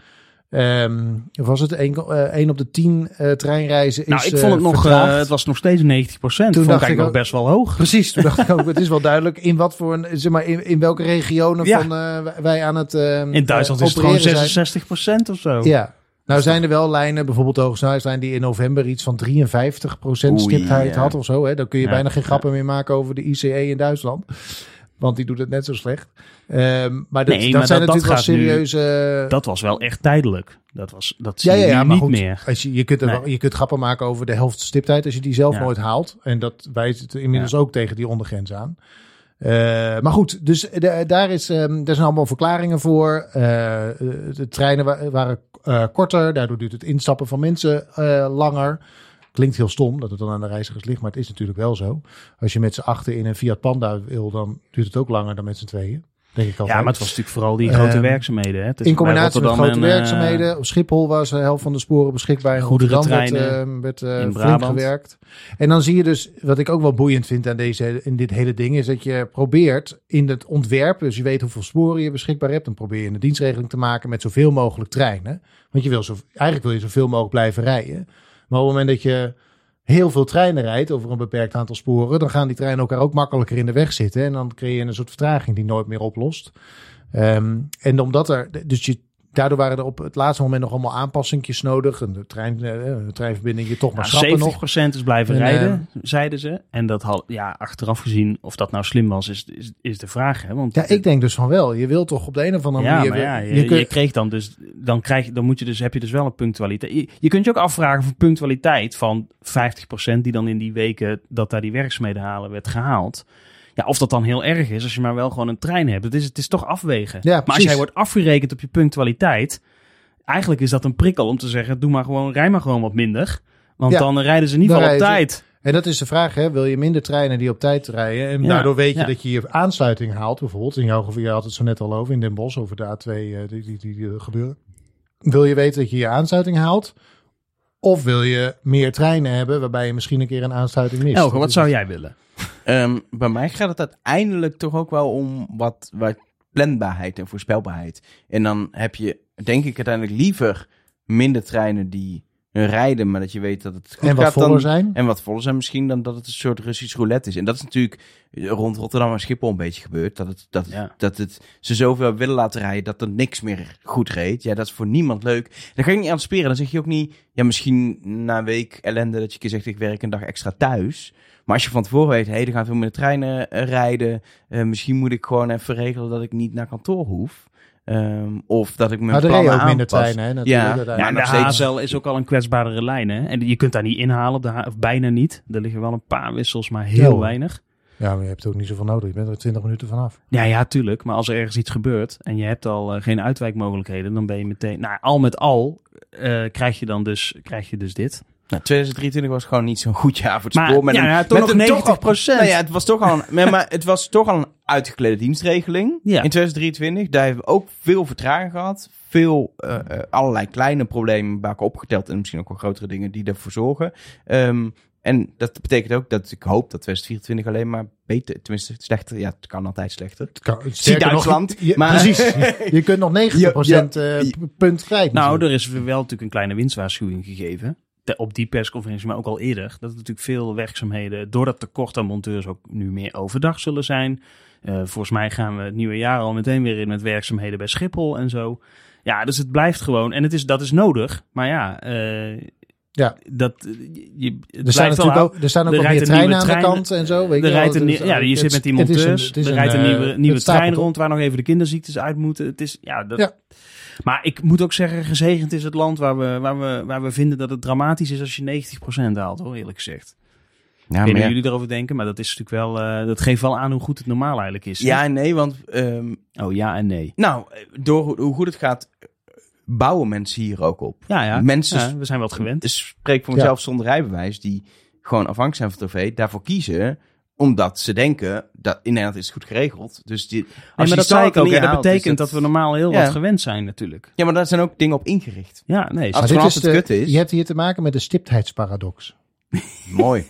Um, was het één op de tien uh, treinreizen is Nou, ik vond het uh, nog, uh, het was nog steeds negentig procent. Toen vond ik eigenlijk nog best wel hoog. Precies, toen dacht ik ook, het is wel duidelijk in wat voor een, zeg maar, in, in welke regionen ja. van uh, wij aan het uh, in Duitsland uh, is het gewoon zesenzestig procent of zo. Ja. Nou zijn er wel lijnen, bijvoorbeeld de hogesnelheidslijn die in november iets van drieënvijftig procent stiptheid ja. had of zo. Hè? Dan kun je ja. bijna geen grappen ja. meer maken over de I C E in Duitsland. Want die doet het net zo slecht. Um, maar dat, nee, dat maar zijn dat, natuurlijk dat wel serieuze... Nu, dat was wel echt tijdelijk. Dat, was, dat zie ja, ja, je ja, nu maar niet goed, meer. Als je, je, kunt er nee. wel, je kunt grappen maken over de helft stiptheid als je die zelf ja. nooit haalt. En dat wijst het inmiddels ja. ook tegen die ondergrens aan. Uh, maar goed, dus de, daar, is, um, daar zijn allemaal verklaringen voor. Uh, de treinen wa- waren uh, korter. Daardoor duurt het instappen van mensen uh, langer. Klinkt heel stom dat het dan aan de reizigers ligt, maar het is natuurlijk wel zo. Als je met z'n achten in een Fiat Panda wil, dan duurt het ook langer dan met z'n tweeën. Denk ik altijd. Ja, maar het was natuurlijk vooral die grote um, werkzaamheden. Hè? In combinatie met grote en, werkzaamheden. Op Schiphol was de helft van de sporen beschikbaar. In Rotterdam werd, uh, werd uh, in flink gewerkt. En dan zie je dus, wat ik ook wel boeiend vind aan deze, in dit hele ding, is dat je probeert in het ontwerp, dus je weet hoeveel sporen je beschikbaar hebt, dan probeer je een dienstregeling te maken met zoveel mogelijk treinen. Want je wil zo, eigenlijk wil je zoveel mogelijk blijven rijden. Maar op het moment dat je heel veel treinen rijdt over een beperkt aantal sporen, dan gaan die treinen elkaar ook makkelijker in de weg zitten. En dan creëer je een soort vertraging die nooit meer oplost. Um, en omdat er, dus je, daardoor waren er op het laatste moment nog allemaal aanpassingjes nodig. En de, trein, de treinverbinding je toch maar ja, schrappen nog. zeventig procent is blijven en, rijden, uh, zeiden ze. En dat had, ja, achteraf gezien, of dat nou slim was, is, is, is de vraag. Hè? Want ja, ik denk dus van wel. Je wilt toch op de een of andere ja, manier... Maar ja, je, je, kun... je kreeg dan dus, dan krijg je, dan moet je dus, heb je dus wel een punctualiteit. Je, je kunt je ook afvragen voor punctualiteit van vijftig procent die dan in die weken dat daar die werkzaamheden halen werd gehaald. Ja, of dat dan heel erg is als je maar wel gewoon een trein hebt. Het is, het is toch afwegen. Ja, maar als jij wordt afgerekend op je punctualiteit, eigenlijk is dat een prikkel om te zeggen, doe maar gewoon, rij maar gewoon wat minder. Want ja, dan rijden ze in ieder geval op tijd. Ze. En dat is de vraag, hè? Wil je minder treinen die op tijd rijden? En ja, daardoor weet je ja. dat je je aansluiting haalt. Bijvoorbeeld, in jouw geval, je had het zo net al over in Den Bosch, over de A twee, uh, die, die, die, die gebeuren. Wil je weten dat je je aansluiting haalt? Of wil je meer treinen hebben, waarbij je misschien een keer een aansluiting mist? Elke, wat zou het. jij willen? Um, bij mij gaat het uiteindelijk toch ook wel om wat, wat planbaarheid en voorspelbaarheid. En dan heb je, denk ik, uiteindelijk liever minder treinen die rijden, maar dat je weet dat het goed en wat gaat voller dan, zijn. En wat voller zijn misschien dan dat het een soort Russisch roulette is. En dat is natuurlijk rond Rotterdam en Schiphol een beetje gebeurd. Dat, het, dat, ja. dat het, ze zoveel willen laten rijden dat er niks meer goed reed. Ja, dat is voor niemand leuk. Dan ga je niet anticiperen. Dan zeg je ook niet, ja, misschien na een week ellende dat je een keer zegt, ik werk een dag extra thuis. Maar als je van tevoren weet, hé, hey, er gaan veel minder treinen uh, rijden. Uh, misschien moet ik gewoon even regelen dat ik niet naar kantoor hoef. Um, of dat ik mijn maar plannen ook aanpas. minder treinen, hè? Ja, ja, en de H S L is ook al een kwetsbaardere lijn, hè? En je kunt daar niet inhalen, op de H- of bijna niet. Er liggen wel een paar wissels, maar heel ja, weinig. Ja, maar je hebt ook niet zoveel nodig. Je bent er twintig minuten vanaf. Ja, ja, tuurlijk. Maar als er ergens iets gebeurt en je hebt al uh, geen uitwijkmogelijkheden, dan ben je meteen... Nou, al met al uh, krijg je dan dus, krijg je dus dit. Nou, tweeduizend drieëntwintig was gewoon niet zo'n goed jaar voor het spoor. Maar met ja, een, ja, toch met nog negentig procent. Nou ja, het was toch al een, maar het was toch al een uitgeklede dienstregeling. Ja. In tweeduizend drieëntwintig, daar hebben we ook veel vertraging gehad. Veel, uh, uh, allerlei kleine problemen bij elkaar opgeteld. En misschien ook wel grotere dingen die ervoor zorgen. Um, en dat betekent ook dat ik hoop dat tweeduizend vierentwintig alleen maar beter, tenminste slechter. Ja, het kan altijd slechter. Het kan, zie Duitsland. Nog, je, maar, precies. Je kunt nog negentig procent ja, ja, uh, punt kwijt. Nou, natuurlijk. Er is wel natuurlijk een kleine winstwaarschuwing gegeven. Op die persconferentie, maar ook al eerder. Dat er natuurlijk veel werkzaamheden, door dat tekort aan monteurs ook nu meer overdag zullen zijn. Uh, volgens mij gaan we het nieuwe jaar al meteen weer in met werkzaamheden bij Schiphol en zo. Ja, dus het blijft gewoon. En het is, dat is nodig. Maar ja, uh, ja. Dat, je, het er, staan natuurlijk ook, er staan ook er nog meer treinen aan trein, de kant en zo. Weet er je rijdt wel, een, is, ja, je zit met die monteurs. Er rijdt een nieuwe, nieuwe trein rond waar nog even de kinderziektes uit moeten. Het is, ja, dat... Ja. Maar ik moet ook zeggen, gezegend is het land waar we, waar we, waar we vinden dat het dramatisch is als je negentig procent haalt, hoor, eerlijk gezegd. Ja, ik weet niet hoe jullie erover denken, maar dat is natuurlijk wel, uh, dat geeft wel aan hoe goed het normaal eigenlijk is. Ja en nee, want... Um, oh, ja en nee. Nou, door hoe goed het gaat, bouwen mensen hier ook op. Ja, ja. Mensen, ja, we zijn wat gewend. Ik spreek voor mezelf ja. zonder rijbewijs, die gewoon afhankelijk zijn van tv, daarvoor kiezen... Omdat ze denken, dat in Nederland is het goed geregeld. Dus die, als nee, maar je dat zei ik ook. Ja, dat betekent dat... dat we normaal heel ja. wat gewend zijn natuurlijk. Ja, maar daar zijn ook dingen op ingericht. Ja, nee. Als het altijd kut is. Je hebt hier te maken met de stiptheidsparadox. Mooi.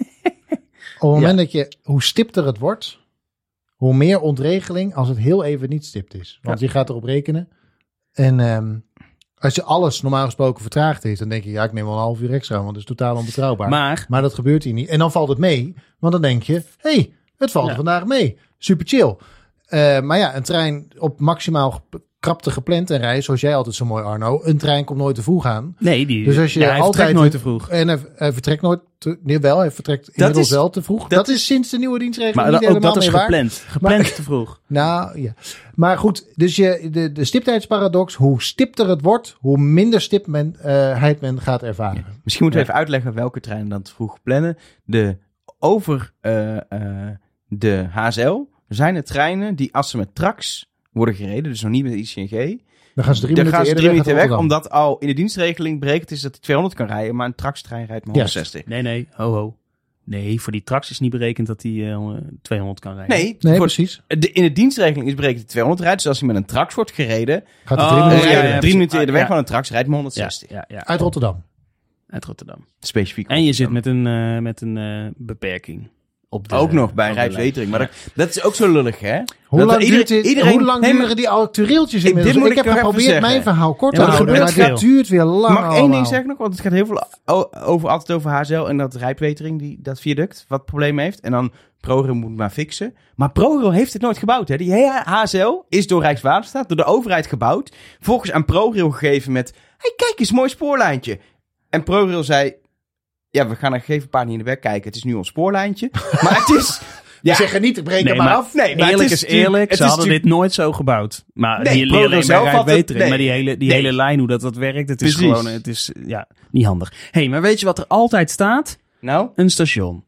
Op het moment ja. dat je, hoe stipter het wordt, hoe meer ontregeling als het heel even niet stipt is. Want ja. je gaat erop rekenen. En um, Als je alles normaal gesproken vertraagd is, dan denk je, ja, ik neem wel een half uur extra, want dat is totaal onbetrouwbaar. Maar, maar dat gebeurt hier niet. En dan valt het mee, want dan denk je, hé, hey, het valt Ja. er vandaag mee. Super chill. Uh, maar ja, een trein op maximaal gep- krapte gepland en reis, zoals jij altijd zo mooi, Arno. Een trein komt nooit te vroeg aan. nee, die, Dus als je ja, hij altijd vertrekt nooit te vroeg. En hij, hij vertrekt nooit te, nee, wel, hij vertrekt inmiddels is- wel te vroeg. Dat, dat is sinds de nieuwe dienstregeling Maar niet dat, ook helemaal dat is meer waar. gepland. Gepland Maar- te vroeg. Nou, ja. Maar goed, dus je, de, de stiptijdsparadox, hoe stipter het wordt, hoe minder stipheid men gaat ervaren. Misschien moeten we Ja. even uitleggen welke treinen dan te vroeg plannen. De over uh, uh, de H S L zijn er treinen die als ze met traks worden gereden, dus nog niet met I C N G, Dan gaan ze drie dan minuten gaan ze eerder drie minuten weg, uit Rotterdam. omdat al in de dienstregeling berekend is dat hij tweehonderd kan rijden, maar een trakstrein rijdt maar honderdzestig. Nee, nee, ho, ho. Nee, voor die Trax is niet berekend dat hij uh, tweehonderd kan rijden. Nee, Nee, voor precies. de, in de dienstregeling is berekend dat hij tweehonderd rijdt, dus als hij met een traks wordt gereden, Gaat hij Oh, drie uh, minuten ja, ja, eerder ja, drie ja. minuten eerder weg, Ja. maar een traks rijdt maar Ja, honderdzestig. ja, ja. uit Rotterdam. Uit Rotterdam. Specifiek. En je zit met een, uh, met een uh, beperking. Op de, ook nog bij op de Rijkswetering. Maar lijn. dat, dat is ook zo lullig, hè? Hoe Dat lang, iedereen- duurt dit, iedereen- hoe lang nee, maar- duren die actueeltjes Ik- inmiddels? dit moet Ik ik heb nog even geprobeerd zeggen. mijn verhaal kort Ja, te maar houden, er maar gebeurt het veel. duurt weer lang Mag ik één ding allemaal. zeggen nog? Want het gaat heel veel o- over, altijd over H S L en dat Rijkswetering, die, dat viaduct, wat problemen heeft. En dan ProRail moet maar fixen. Maar ProRail heeft het nooit gebouwd, hè? Die hele H S L is door Rijkswaterstaat, door de overheid gebouwd. Volgens aan ProRail gegeven met, hey, kijk eens, mooi spoorlijntje. En ProRail zei, ja, we gaan er gegeven een paar niet in de bek kijken. Het is nu ons spoorlijntje. Maar het is... Ja. Ja, Zeggen niet, ik breek Nee, hem maar maar af. nee, maar Eerlijk het is eerlijk, het ze is hadden natuurlijk- dit nooit zo gebouwd. Maar Nee, die, niet ProRail alleen bij zelf had het- Rijkswetering, nee. maar die hele, die Nee. hele lijn, hoe dat, dat werkt, het is Precies. gewoon, het is ja, niet handig. Hé, hey, maar weet je wat er altijd staat? Nou, Een station.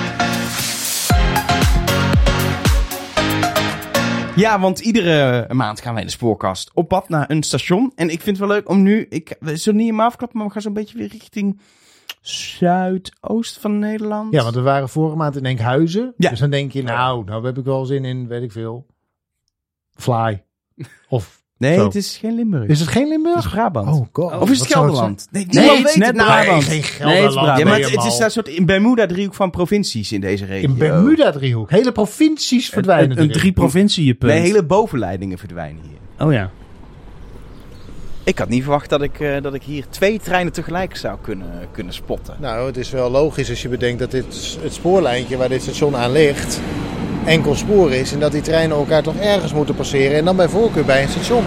ja, want iedere maand gaan wij in de spoorkast op pad naar een station. En ik vind het wel leuk om nu... Ik, we zullen niet helemaal afklappen, maar we gaan zo'n beetje weer richting zuidoost van Nederland. Ja, want we waren vorige maand in Enkhuizen. Ja. Dus dan denk je, nou, nou heb ik wel zin in, weet ik veel, Fly. Of, Nee, Zo. het is geen Limburg. is het geen Het Limburg? is Brabant. Oh god. of is het wat zou Gelderland? Nee, Nee, niemand het is weet net Nou, Brabant. Nee, geen Nee, Gelderland. het is Brabant. Ja, maar het, helemaal. het is een soort in Bermuda-driehoek van provincies in deze regio. In Bermuda-driehoek. Hele provincies verdwijnen Een, een erin. drie provincie punt. Nee, hele bovenleidingen verdwijnen hier. Oh ja. Ik had niet verwacht dat ik, uh, dat ik hier twee treinen tegelijk zou kunnen, kunnen spotten. Nou, het is wel logisch als je bedenkt dat dit het spoorlijntje waar dit station aan ligt enkel spoor is. En dat die treinen elkaar toch ergens moeten passeren. En dan bij voorkeur bij een station.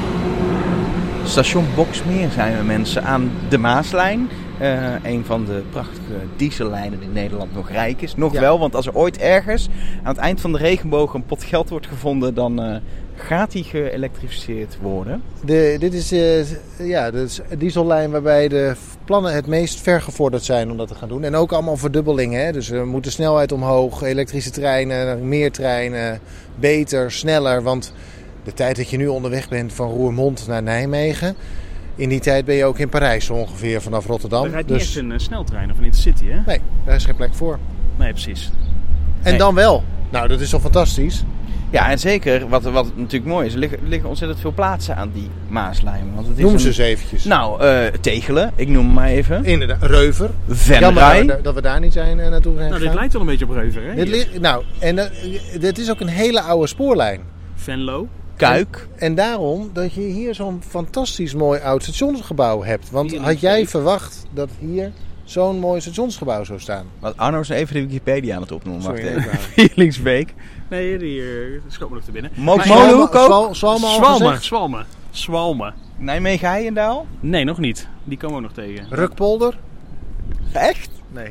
Station Boxmeer zijn we mensen aan de Maaslijn. Uh, een van de prachtige diesellijnen die Nederland nog rijk is. Nog Ja. wel, want als er ooit ergens aan het eind van de regenboog een pot geld wordt gevonden, dan uh, gaat die geëlektrificeerd worden. De, dit is uh, ja, de diesellijn waarbij de plannen het meest vergevorderd zijn om dat te gaan doen. En ook allemaal verdubbelingen. Hè? Dus we moeten snelheid omhoog, elektrische treinen, meer treinen, beter, sneller. Want de tijd dat je nu onderweg bent van Roermond naar Nijmegen, in die tijd ben je ook in Parijs zo ongeveer vanaf Rotterdam. Er rijdt dus niet echt een uh, sneltrein of een intercity, hè? nee, daar is geen plek voor. Nee, precies. En Nee. dan wel. Nou, dat is toch fantastisch? Ja, en zeker, wat, wat natuurlijk mooi is, er liggen, er liggen ontzettend veel plaatsen aan die Maaslijn. Want het is Noem een, ze eens eventjes. Nou, uh, Tegelen, ik noem hem maar even. Inderdaad, Reuver. Jammer Venray. dat we, dat we daar niet zijn uh, naartoe zijn Nou, dit gegaan. lijkt wel een beetje op Reuver, hè? Dit ligt, nou, en uh, dit is ook een hele oude spoorlijn. Venlo. Kuik. En daarom dat je hier zo'n fantastisch mooi oud stationsgebouw hebt. Want Hier had links jij even. verwacht dat hier zo'n mooi stationsgebouw zou staan? Wat Arno is even de Wikipedia aan het opnoemen. Wacht Sorry, even. even. Vierlingsbeek. Nee, die uh, schoot me nog te binnen. Mo- Maar- Molenhoek ook? Zwal- Zwalme al Zwalme, gezegd? Zwalme. Zwalme. Nijmegen Heijendaal. Nee, nog niet. Die komen we ook nog tegen. Rukpolder? Echt? Nee.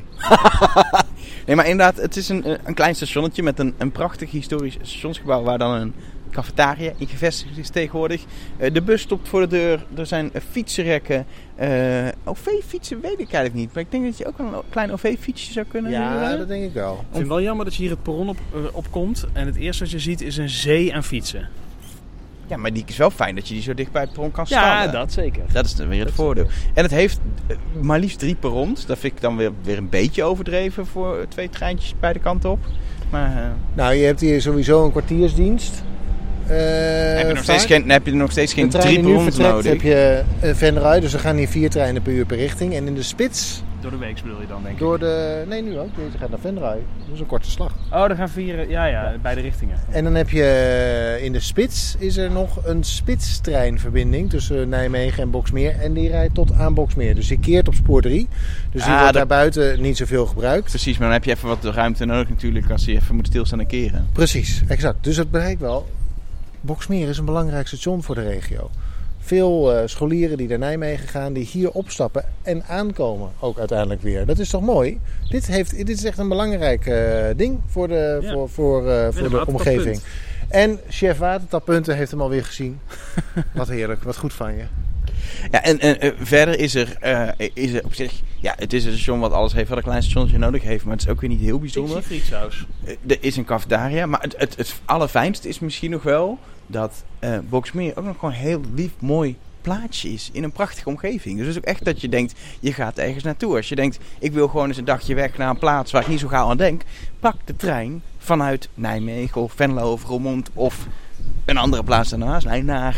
Nee, maar inderdaad, het is een, een klein stationnetje met een, een prachtig historisch stationsgebouw waar dan een cafetaria in gevestigd is tegenwoordig. Uh, de bus stopt voor de deur, er zijn uh, fietsenrekken. Uh, O V-fietsen weet ik eigenlijk niet, maar ik denk dat je ook wel een klein O V-fietsje zou kunnen Ja, huren. dat denk ik wel. Ik vind het wel jammer dat je hier het perron op, uh, op komt en het eerste wat je ziet is een zee aan fietsen. Ja, maar die is wel fijn dat je die zo dicht bij het perron kan staan. Ja, hè. dat zeker. Dat is dan weer het Dat voordeel. En het heeft uh, maar liefst drie perrons. Dat vind ik dan weer, weer een beetje overdreven voor uh, twee treintjes beide kanten op. Maar uh, Nou, je hebt hier sowieso een kwartiersdienst. Uh, heb, je nog steeds vaak. geen, dan heb je er nog steeds geen de trein drie die nu perrons vertrekt nodig. heb je uh, Venray, dus er gaan hier vier treinen per uur per richting. En in de spits Door de week bedoel je dan, denk ik? Door de... Nee, nu ook. Deze gaat naar Venray. Dat is een korte slag. Oh, dan gaan vieren. Ja, ja, beide richtingen. En dan heb je in de spits is er nog een spitstreinverbinding tussen Nijmegen en Boxmeer. En die rijdt tot aan Boxmeer. Dus die keert op spoor drie. Dus die Ah, wordt dat- daar buiten niet zoveel gebruikt. Precies, maar dan heb je even wat ruimte nodig natuurlijk als je even moet stilstaan en keren. Precies, exact. Dus het bereikt wel. Boxmeer is een belangrijk station voor de regio. Veel uh, scholieren die naar Nijmegen gaan, die hier opstappen en aankomen ook uiteindelijk weer. Dat is toch mooi? Dit, heeft, dit is echt een belangrijk uh, ding voor de, Ja. voor, voor, uh, voor de omgeving. En chef Watertappunten heeft hem alweer gezien. Wat heerlijk, wat goed van je. Ja, en, en uh, verder is er, uh, is er op zich... Ja, het is een station wat alles heeft wat een klein stationnetje nodig heeft. Maar het is ook weer niet heel bijzonder. frietsaus. Uh, er is een cafetaria. Maar het, het, het allerfijnste is misschien nog wel... dat uh, Boxmeer ook nog gewoon een heel lief, mooi plaatsje is. In een prachtige omgeving. Dus het is ook echt dat je denkt... je gaat ergens naartoe. Als je denkt... ik wil gewoon eens een dagje weg naar een plaats... waar ik niet zo gauw aan denk... pak de trein vanuit Nijmegen of Venlo of Roermond... of een andere plaats daarnaast... naar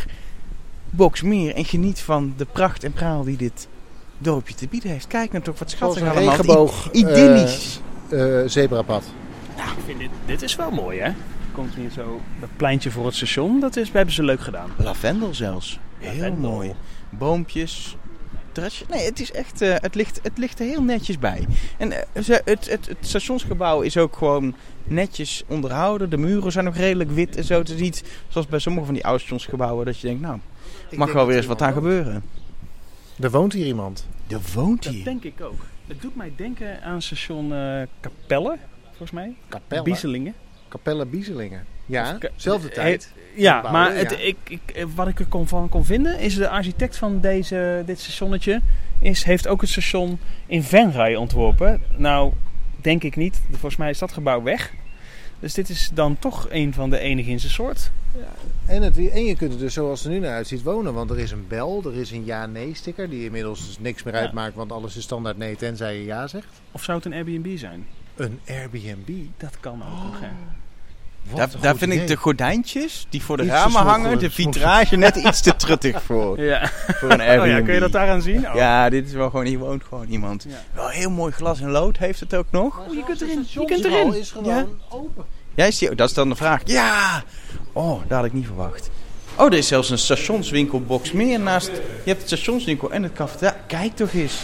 Boxmeer. En geniet van de pracht en praal die dit dorpje te bieden heeft. Kijk nou toch wat schattig Zoals een allemaal. regenboog, I- idyllisch. Uh, zebrapad. Nou, ik vind dit, dit is wel mooi, hè? Komt hier zo dat pleintje voor het station. Dat is, hebben ze leuk gedaan. Lavendel zelfs. Heel Lavendel. mooi. Boompjes. Terrasje. Nee, het is echt... Uh, het, ligt, het ligt er heel netjes bij. En uh, ze, het, het, het stationsgebouw is ook gewoon netjes onderhouden. De muren zijn nog redelijk wit en zo. Het is niet zoals bij sommige van die oude stationsgebouwen dat je denkt, nou, Ik mag denk wel weer dat eens wat aan iemand gebeuren. woont. Er woont hier iemand. Er woont Dat hier. denk ik ook. Het doet mij denken aan station uh, Capelle, volgens mij. Capelle. Bieselingen. Capelle Bieselingen. Ja, Of Ka- zelfde eh, tijd. Ja, Bouwen, maar het, ja. ik, ik, wat ik er kon, van kon vinden is de architect van deze, dit stationnetje is, heeft ook het station in Venray ontworpen. Nou, denk ik niet. Volgens mij is dat gebouw weg. Dus dit is dan toch een van de enige in zijn soort. En, het, en je kunt er dus zoals het er nu naar uitziet wonen. Want er is een bel, er is een ja-nee-sticker. Die inmiddels dus niks meer Ja. uitmaakt. Want alles is standaard nee tenzij je ja zegt. Of zou het een Airbnb zijn? Een Airbnb. Dat kan ook nog, hè. Wat Daar, een daar goed vind ik idee. de gordijntjes die voor de Iets te ramen smokkelen, hangen, de smokkelen. vitrage net iets te truttig voor, Ja. voor een Airbnb. Oh ja, kun je dat daaraan zien? Oh. Ja, dit is wel gewoon, hier woont gewoon iemand. Ja. Wel heel mooi glas en lood heeft het ook nog. Oh, je kunt erin. Je kunt Stationsgebouw erin. is gewoon Ja. open. Ja, is die, dat is dan de vraag. Ja! Oh, dat had ik niet verwacht. Oh, er is zelfs een stationswinkel Boxmeer naast. Je hebt het stationswinkel en het cafetaria. Kijk toch eens.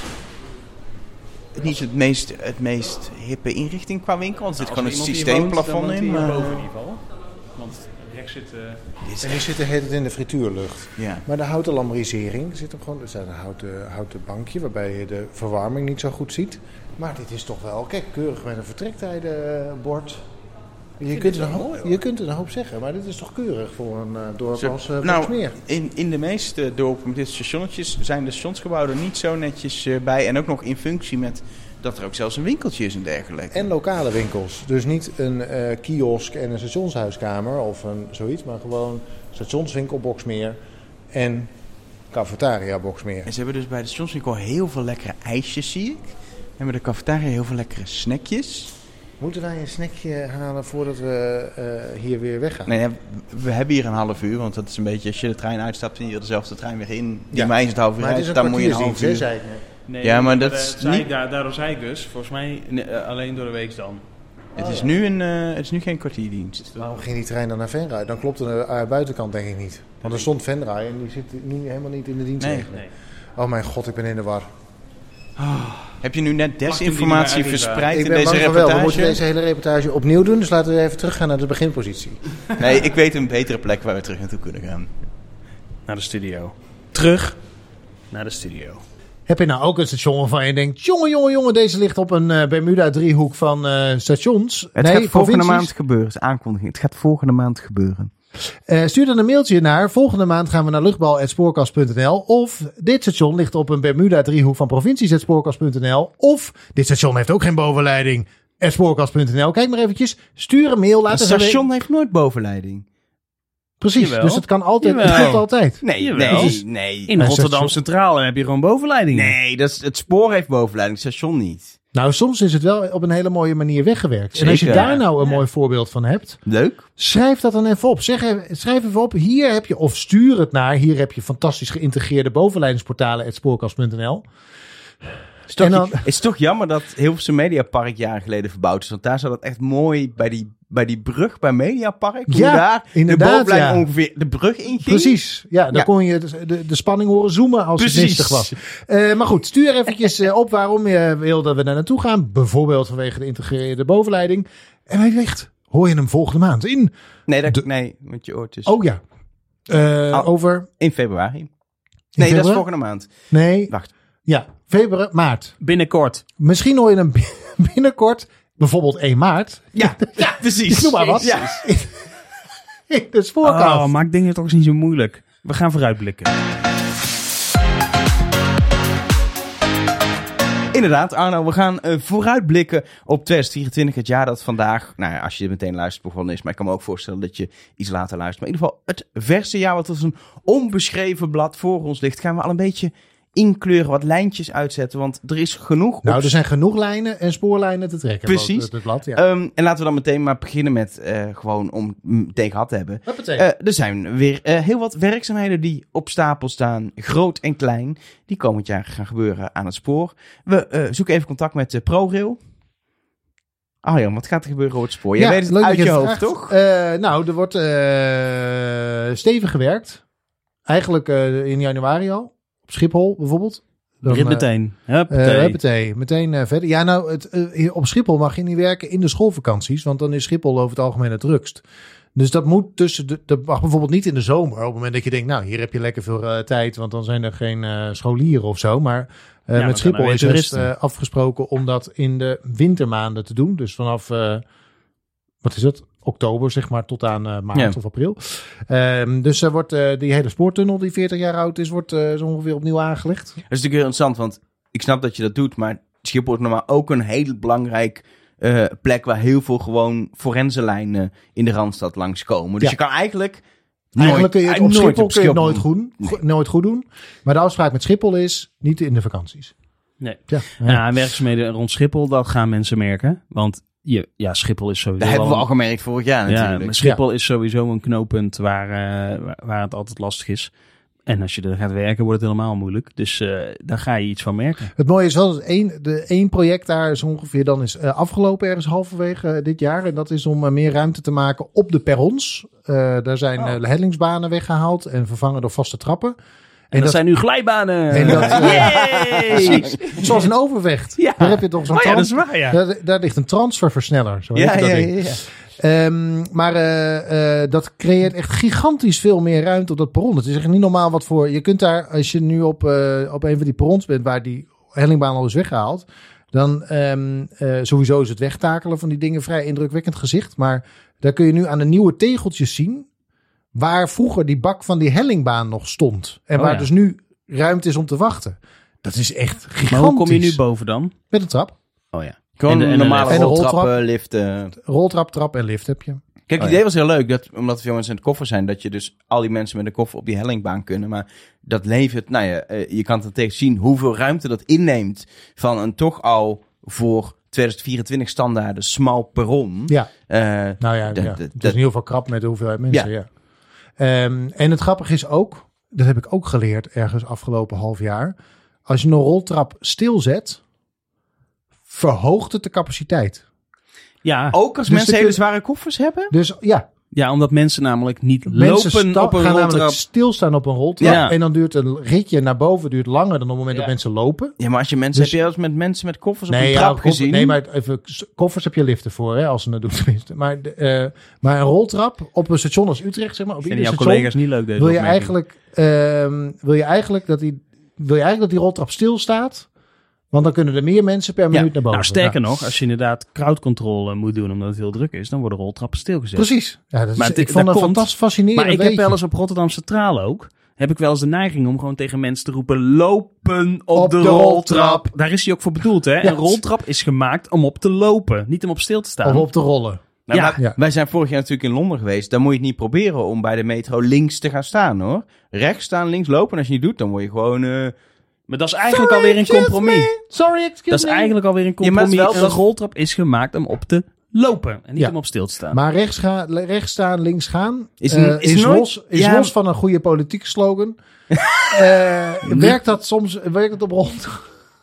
Niet het meest, het meest hippe inrichting qua winkel. Want er zit gewoon een systeemplafond in. Maar... Boven in ieder geval. Want rechts zit... Uh... Dit is En die echt- zitten het in de frituurlucht. Ja. Maar de houten lambrisering er zit er gewoon. Er staat een houten, houten bankje waarbij je de verwarming niet zo goed ziet. Maar dit is toch wel, kijk, keurig met een vertrektijdenbord. Je kunt, er een hoop, je kunt er een hoop zeggen, maar dit is toch keurig voor een uh, dorp Zo- als uh, nou, Boxmeer. in, in de meeste dorpen met dit stationnetjes zijn de stationsgebouwen er niet zo netjes uh, bij. En ook nog in functie met dat er ook zelfs een winkeltje is en dergelijke. En lokale winkels. Dus niet een uh, kiosk en een stationshuiskamer of een, zoiets, maar gewoon stationswinkel Boxmeer en cafetaria Boxmeer. En ze hebben dus bij de stationswinkel heel veel lekkere ijsjes, zie ik. En bij de cafetaria heel veel lekkere snackjes. Moeten wij een snackje halen voordat we uh, hier weer weggaan? Nee, ja, we hebben hier een half uur, want dat is een beetje als je de trein uitstapt en je dezelfde trein weer in. Die Ja. mij is het half uur Maar het is uit, een dan moet je een half kwartiersdienst, hè, uur. zei ik net. Nee, Ja, maar dat eh, is zei niet- ik daar, daardoor zei ik dus, volgens mij nee, uh, alleen door de week dan. Het is nu een, uh, het is nu geen kwartierdienst. Waarom ging die trein dan naar Venray? Dan klopt de uh, buitenkant denk ik niet. Want er stond Venray en die zit nu helemaal niet in de dienstregeling. Nee. Oh mijn god, ik ben in de war. Heb je nu net die desinformatie niet meer verspreid Ik in ben deze bang van wel. We moeten reportage? deze hele reportage opnieuw doen. Dus laten we even teruggaan naar de beginpositie. Nee, ik weet een betere plek waar we terug naartoe kunnen gaan. Naar de studio. Terug naar de studio. Heb je nou ook een station waarvan je denkt... jongen, jongen, jongen, deze ligt op een uh, Bermuda-driehoek van uh, stations. Het nee, gaat volgende provincies. maand gebeuren. Het is aankondiging. Het gaat volgende maand gebeuren. Uh, stuur dan een mailtje naar. Volgende maand gaan we naar luchtbal at spoorkast punt n l. Of dit station ligt op een Bermuda-driehoek van provincies at spoorkast punt n l. Of dit station heeft ook geen bovenleiding. at spoorkast punt n l. Kijk maar eventjes. Stuur een mail. Laat Het eens een station we- heeft nooit bovenleiding. Precies. Jawel. Dus het kan altijd. Het Jawel. klopt altijd. Nee, Jawel. nee, nee. In Een Rotterdam station- Centraal heb je gewoon bovenleidingen. Nee, dat is, het spoor heeft bovenleiding, het station niet. Nou, soms is het wel op een hele mooie manier weggewerkt. En als je Zeker. daar nou een Ja. mooi voorbeeld van hebt, Leuk. schrijf dat dan even op. Zeg even, schrijf even op. Hier heb je, of stuur het naar. Hier heb je fantastisch geïntegreerde bovenleidingsportalen at spoorkast punt n l. is toch, En dan- het is toch jammer dat Hilversum Mediapark jaren geleden verbouwd is. Want daar zou dat echt mooi bij die, bij die brug bij Mediapark. Hoe Ja, daar inderdaad, de bovenlijn ja. ongeveer de brug inging. Precies, ja, dan Ja. kon je de, de, de spanning horen zoomen als Precies. het mistig was. Uh, maar goed, stuur eventjes uh, op waarom je wil dat we daar naartoe gaan. Bijvoorbeeld vanwege de integreerde bovenleiding. En wie weet, hoor je hem volgende maand in. Nee, dat, De- nee, met je oortjes. Oh ja, uh, Oh. over... In februari. in Nee, dat is februari? volgende maand. Nee, Wacht. ja, februari, maart. Binnenkort. Misschien hoor je hem binnenkort, bijvoorbeeld één maart. Ja, ja precies. Ik noem maar wat. Ja. In de spoorkast. Oh, maak dingen toch eens niet zo moeilijk. We gaan vooruitblikken. Inderdaad, Arno, we gaan uh, vooruitblikken op twintig vierentwintig, het jaar dat vandaag, nou ja, als je meteen luistert, begonnen is. Maar ik kan me ook voorstellen dat je iets later luistert. Maar in ieder geval, het verse jaar wat als een onbeschreven blad voor ons ligt, gaan we al een beetje inkleuren, wat lijntjes uitzetten. Want er is genoeg... Nou, op... er zijn genoeg lijnen en spoorlijnen te trekken. Precies. Het, het blad, ja. Um, en laten we dan meteen maar beginnen met uh, gewoon om meteen gehad te hebben. Hoppatee. Uh, er zijn weer uh, heel wat werkzaamheden die op stapel staan, groot en klein, die komend jaar gaan gebeuren aan het spoor. We uh, zoeken even contact met uh, ProRail. Ah ja, wat gaat er gebeuren op het spoor? Jij Ja, weet het leuk uit dat je het hoofd, vraagt. toch? Uh, nou, er wordt uh, stevig gewerkt. Eigenlijk uh, in januari al. Op Schiphol bijvoorbeeld. Dan, Begin uh, meteen. Uh, Huppatee. huppatee, meteen uh, verder. Ja, nou, het, uh, op Schiphol mag je niet werken in de schoolvakanties, want dan is Schiphol over het algemeen het drukst. Dus dat moet tussen de, dat mag bijvoorbeeld niet in de zomer. Op het moment dat je denkt, nou, hier heb je lekker veel uh, tijd, want dan zijn er geen uh, scholieren of zo. Maar uh, dan met Schiphol zijn er is weer het toeristen. uh, afgesproken om dat in de wintermaanden te doen. Dus vanaf, uh, wat is het? Oktober, zeg maar, tot aan uh, maart Ja. of april. Um, dus er wordt uh, die hele spoortunnel die veertig jaar oud is, wordt uh, zo ongeveer opnieuw aangelegd. Dat is natuurlijk heel interessant, want ik snap dat je dat doet, maar Schiphol is normaal ook een heel belangrijk uh, plek waar heel veel gewoon forensenlijnen in de Randstad langskomen. Dus Ja. je kan eigenlijk Eigenlijk kun je het op nooit Schiphol, op kun je het Schiphol nooit goed, Nee. go- nooit goed doen. Maar de afspraak met Schiphol is niet in de vakanties. Nee. Ja, Ja, en werkzaamheden rond Schiphol, dat gaan mensen merken. Want je, ja, Schiphol is sowieso Dat hebben we wel al gemerkt vorig jaar Ja, natuurlijk. maar Schiphol is sowieso een knooppunt waar, uh, waar- waar het altijd lastig is. En als je er gaat werken, wordt het helemaal moeilijk. Dus uh, daar ga je iets van merken. Het mooie is wel dat één, de één project daar is ongeveer dan is uh, afgelopen ergens halverwege uh, dit jaar. En dat is om uh, meer ruimte te maken op de perrons. Uh, daar zijn uh, Oh. hellingsbanen weggehaald en vervangen door vaste trappen. En, dat, zijn nu glijbanen. En dat, uh, Yay! precies. Zoals in Overvecht. Ja. Daar heb je toch zo'n Oh ja, dat is trans- waar, ja. daar, daar ligt een transferversneller. Zo heet Ja, dat ja, ding. ja, ja. Um, maar uh, uh, dat creëert echt gigantisch veel meer ruimte op dat perron. Het is echt niet normaal wat voor... Je kunt daar, als je nu op, uh, op een van die perrons bent waar die hellingbaan al is weggehaald, dan um, uh, sowieso is het wegtakelen van die dingen vrij indrukwekkend gezicht. Maar daar kun je nu aan de nieuwe tegeltjes zien waar vroeger die bak van die hellingbaan nog stond. En Oh, waar ja. dus nu ruimte is om te wachten. Dat is echt gigantisch. Maar hoe kom je nu boven dan? Met een trap. Oh ja. Gewoon En de- en een de normale lift. En de roltrappen, roltrap. liften. Roltrap, trap en lift heb je. Kijk, het Oh, idee was heel leuk, dat, omdat veel mensen in de koffer zijn, dat je dus al die mensen met de koffer op die hellingbaan kunnen. Maar dat levert, nou ja, uh, je kan het tegen zien hoeveel ruimte dat inneemt van een toch al voor twintig vierentwintig standaarden smal perron. Ja. Uh, Nou ja, Dat- ja. dat- het is dat- in ieder geval krap met de hoeveelheid mensen. Ja. Um, en het grappige is ook, dat heb ik ook geleerd ergens afgelopen half jaar. Als je een roltrap stilzet, verhoogt het de capaciteit. Ja, ook als Dus mensen de- hele zware koffers hebben? Dus ja, ja, omdat mensen namelijk niet mensen lopen stap, op een gaan roltrap. namelijk stilstaan op een roltrap. Ja. En dan duurt een ritje naar boven duurt langer dan op het moment Ja. dat mensen lopen. Ja, maar als je mensen, Dus- heb je wel eens met mensen met koffers op Nee, een ja, trap koffer- gezien? nee, maar even, koffers heb je liften voor, hè, als ze dat doen tenminste. Maar, de, uh, maar een roltrap op een station als Utrecht, zeg maar, op Vinden ieder jouw station, collega's niet leuk deze wil je opmerking? eigenlijk, um, wil je eigenlijk dat die, wil je eigenlijk dat die roltrap stilstaat? Want dan kunnen er meer mensen per minuut naar boven. Nou, sterker Ja. nog, als je inderdaad crowdcontrole moet doen omdat het heel druk is, dan worden roltrappen stilgezet. Precies. Ja, dat is, Maar het- ik dat vond dat komt- fantastisch fascinerend. Maar ik heb wel eens op Rotterdam Centraal ook, heb ik wel eens de neiging om gewoon tegen mensen te roepen, lopen op, Op de, de roltrap. roltrap. Daar is hij ook voor bedoeld, hè? Ja. Een roltrap is gemaakt om op te lopen, niet om op stil te staan. Of op te rollen. Nou, Ja. maar Ja. Wij zijn vorig jaar natuurlijk in Londen geweest. Dan moet je het niet proberen om bij de metro links te gaan staan, hoor. Rechts staan, links lopen. En als je niet doet, dan word je gewoon... Uh... Maar dat is eigenlijk alweer een compromis. Sorry, excuse Dat is eigenlijk alweer een Ja, maar het compromis. is wel- Een roltrap is gemaakt om op te lopen en niet Ja. om op stil te staan. Maar rechts, ga, rechts staan, links gaan Is is, een- is is, nooit- los, is ja. los van een goede politieke slogan. uh, werkt dat soms werkt dat op rond?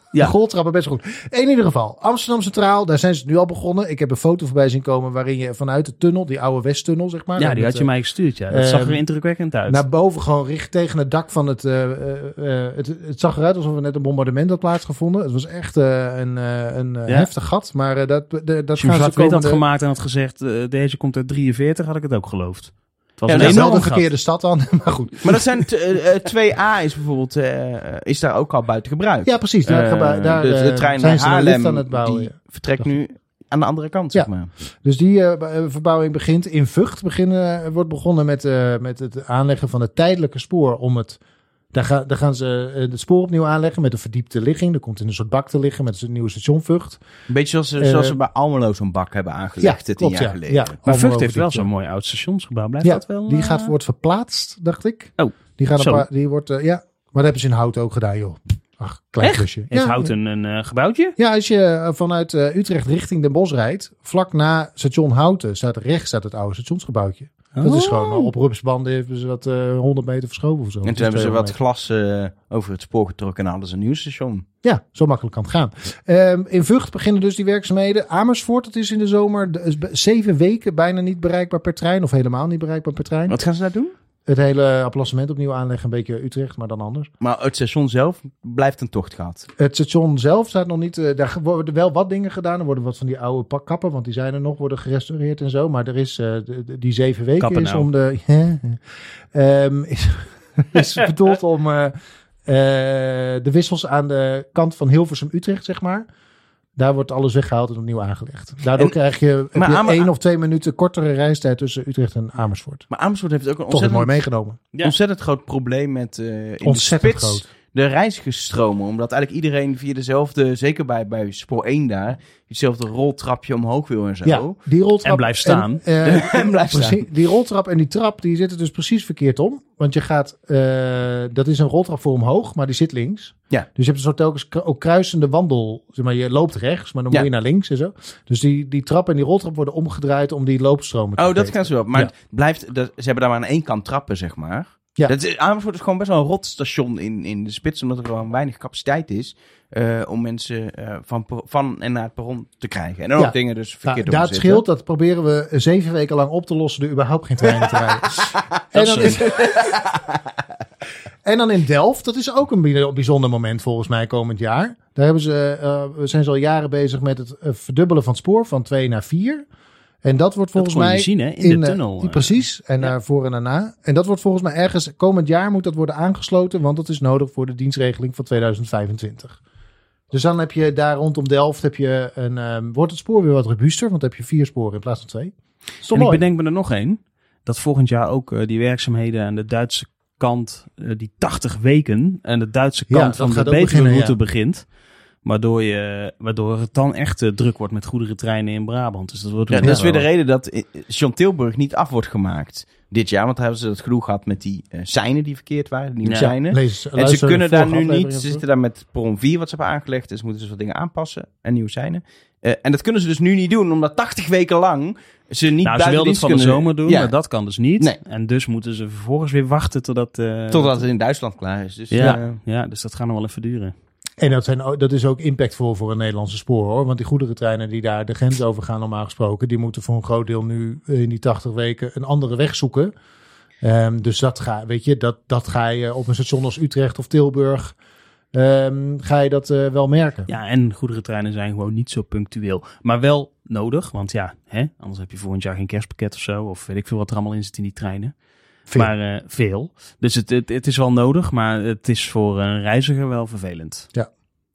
De golftrappen best goed. In ieder geval, Amsterdam Centraal, daar zijn ze nu al begonnen. Ik heb een foto voorbij zien komen waarin je vanuit de tunnel, die oude Westtunnel, zeg maar. Ja, die had je mij gestuurd, ja. Dat uh, zag er indrukwekkend uit. Naar boven gewoon richt tegen het dak van het, uh, uh, uh, het... Het zag eruit alsof er net een bombardement had plaatsgevonden. Het was echt uh, een, uh, een uh, ja. heftig gat. Maar uh, dat, de, dat Als je gaan een ze komende... had gemaakt en had gezegd, uh, deze komt uit drieënveertig, had ik het ook geloofd. Het was ja, een dat is wel de gat. verkeerde stad dan, maar goed. Maar dat zijn t- uh, twee A is bijvoorbeeld, uh, is daar ook al buiten gebruik. Ja, precies. Daar, uh, daar de, de trein naar Haarlem, aan het bouwen, die ja. vertrekt nu aan de andere kant, zeg ja. maar. Dus die uh, verbouwing begint in Vught. Beginnen, wordt begonnen met, uh, met het aanleggen van het tijdelijke spoor om het... Daar, ga, daar gaan ze uh, het spoor opnieuw aanleggen met een verdiepte ligging. Er komt in een soort bak te liggen met het nieuwe station Vught. Een beetje zoals, uh, zoals ze bij Almelo zo'n bak hebben aangelegd ja, tien jaar ja, geleden. Ja, maar Vught heeft wel zo'n mooi oud stationsgebouw. Blijft ja, dat wel? Die uh... gaat, wordt verplaatst, dacht ik. Oh, die gaat een paar, die wordt, uh, ja, maar dat hebben ze in Hout ook gedaan, joh. Ach, klein klusje. Heeft ja, Hout een, een uh, gebouwtje? Ja, als je uh, vanuit uh, Utrecht richting Den Bosch rijdt, vlak na station Houten staat rechts staat het oude stationsgebouwtje. Oh. Dat is gewoon uh, op rupsbanden hebben ze wat uh, honderd meter verschoven of zo. En toen hebben ze wat meter. glas uh, over het spoor getrokken en hadden ze een nieuw station. Ja, zo makkelijk kan het gaan. Um, in Vught beginnen dus die werkzaamheden. Amersfoort, dat is in de zomer de, zeven weken bijna niet bereikbaar per trein of helemaal niet bereikbaar per trein. Wat gaan ze daar doen? Het hele applassement opnieuw aanleggen, een beetje Utrecht, maar dan anders. Maar het station zelf blijft een tocht gehad. Het station zelf staat nog niet... Uh, daar worden wel wat dingen gedaan. Er worden wat van die oude pakkappen, want die zijn er nog, worden gerestaureerd en zo. Maar er is uh, de, de, die zeven weken Kappen is nou. om de... um, is, is bedoeld om uh, uh, de wissels aan de kant van Hilversum-Utrecht, zeg maar. Daar wordt alles weggehaald en opnieuw aangelegd. Daardoor en, krijg je, heb je Amer- één of twee minuten kortere reistijd tussen Utrecht en Amersfoort. Maar Amersfoort heeft ook een ontzettend, mooi meegenomen. Ja. ontzettend groot probleem met uh, in ontzettend de spits groot. de reizigersstromen. Omdat eigenlijk iedereen via dezelfde, zeker bij, bij spoor één daar, hetzelfde roltrapje omhoog wil en zo. Ja, die roltrap. En blijft staan. En, uh, en blijft precies, staan. Die roltrap en die trap, die zitten dus precies verkeerd om. Want je gaat, uh, dat is een roltrap voor omhoog, maar die zit links. Ja. Dus je hebt een soort telkens ook kruisende wandel. Zeg maar, je loopt rechts, maar dan ja. moet je naar links en zo. Dus die, die trap en die roltrap worden omgedraaid om die loopstromen te Oh, dat gaan ze wel. Maar ja. het blijft, dat, ze hebben daar maar aan één kant trappen, zeg maar. Ja. Dat is, Amersfoort is gewoon best wel een rot station in, in de spits, omdat er gewoon weinig capaciteit is uh, om mensen uh, van, van en naar het perron te krijgen. En dan ja. ook dingen dus verkeerd nou, op dat scheelt, dat proberen we zeven weken lang op te lossen, er überhaupt geen treinen te rijden. en, dan is, en dan in Delft, dat is ook een bijzonder moment volgens mij komend jaar. Daar hebben ze, uh, we zijn ze al jaren bezig met het uh, verdubbelen van het spoor van twee naar vier. En dat wordt volgens dat mij je zien, hè? In, in de tunnel. Uh, precies. En naar ja. voor en daarna. En dat wordt volgens mij ergens komend jaar moet dat worden aangesloten, want dat is nodig voor de dienstregeling van tweeduizend vijfentwintig. Dus dan heb je daar rondom Delft heb je een, um, wordt het spoor weer wat robuuster, want dan heb je vier sporen in plaats van twee. En mooi. Ik bedenk me er nog één. Dat volgend jaar ook uh, die werkzaamheden aan de Duitse kant, uh, die tachtig weken aan de Duitse kant ja, van de Betuwe-route ja. begint. Waardoor, je, waardoor het dan echt uh, druk wordt met goederentreinen in Brabant. Dus dat wordt ja, dat is weer de reden dat John Tilburg niet af wordt gemaakt dit jaar. Want hebben ze het genoeg gehad met die uh, seinen die verkeerd waren. Die ja. seinen. Lees, en ze kunnen daar nu niet. Ze zitten daar met perron vier wat ze hebben aangelegd. Dus moeten ze wat dingen aanpassen. En nieuwe seinen. Uh, en dat kunnen ze dus nu niet doen. Omdat tachtig weken lang ze niet nou, ze wilden het van kunnen... de zomer doen. Ja. Maar dat kan dus niet. Nee. En dus moeten ze vervolgens weer wachten totdat... Uh, totdat het in Duitsland klaar is. Dus, ja. Uh, ja, dus dat gaat nog wel even duren. En dat, zijn, dat is ook impactvol voor een Nederlandse spoor, hoor. Want die goederentreinen die daar de grens over gaan normaal gesproken, die moeten voor een groot deel nu in die tachtig weken een andere weg zoeken. Um, dus dat ga, weet je, dat, dat ga je op een station als Utrecht of Tilburg, um, ga je dat uh, wel merken. Ja, en goederentreinen zijn gewoon niet zo punctueel. Maar wel nodig, want ja, hè, anders heb je volgend jaar geen kerstpakket of zo. Of weet ik veel wat er allemaal in zit in die treinen. Veel. Maar uh, veel. Dus het, het, het is wel nodig, maar het is voor een reiziger wel vervelend. Ja.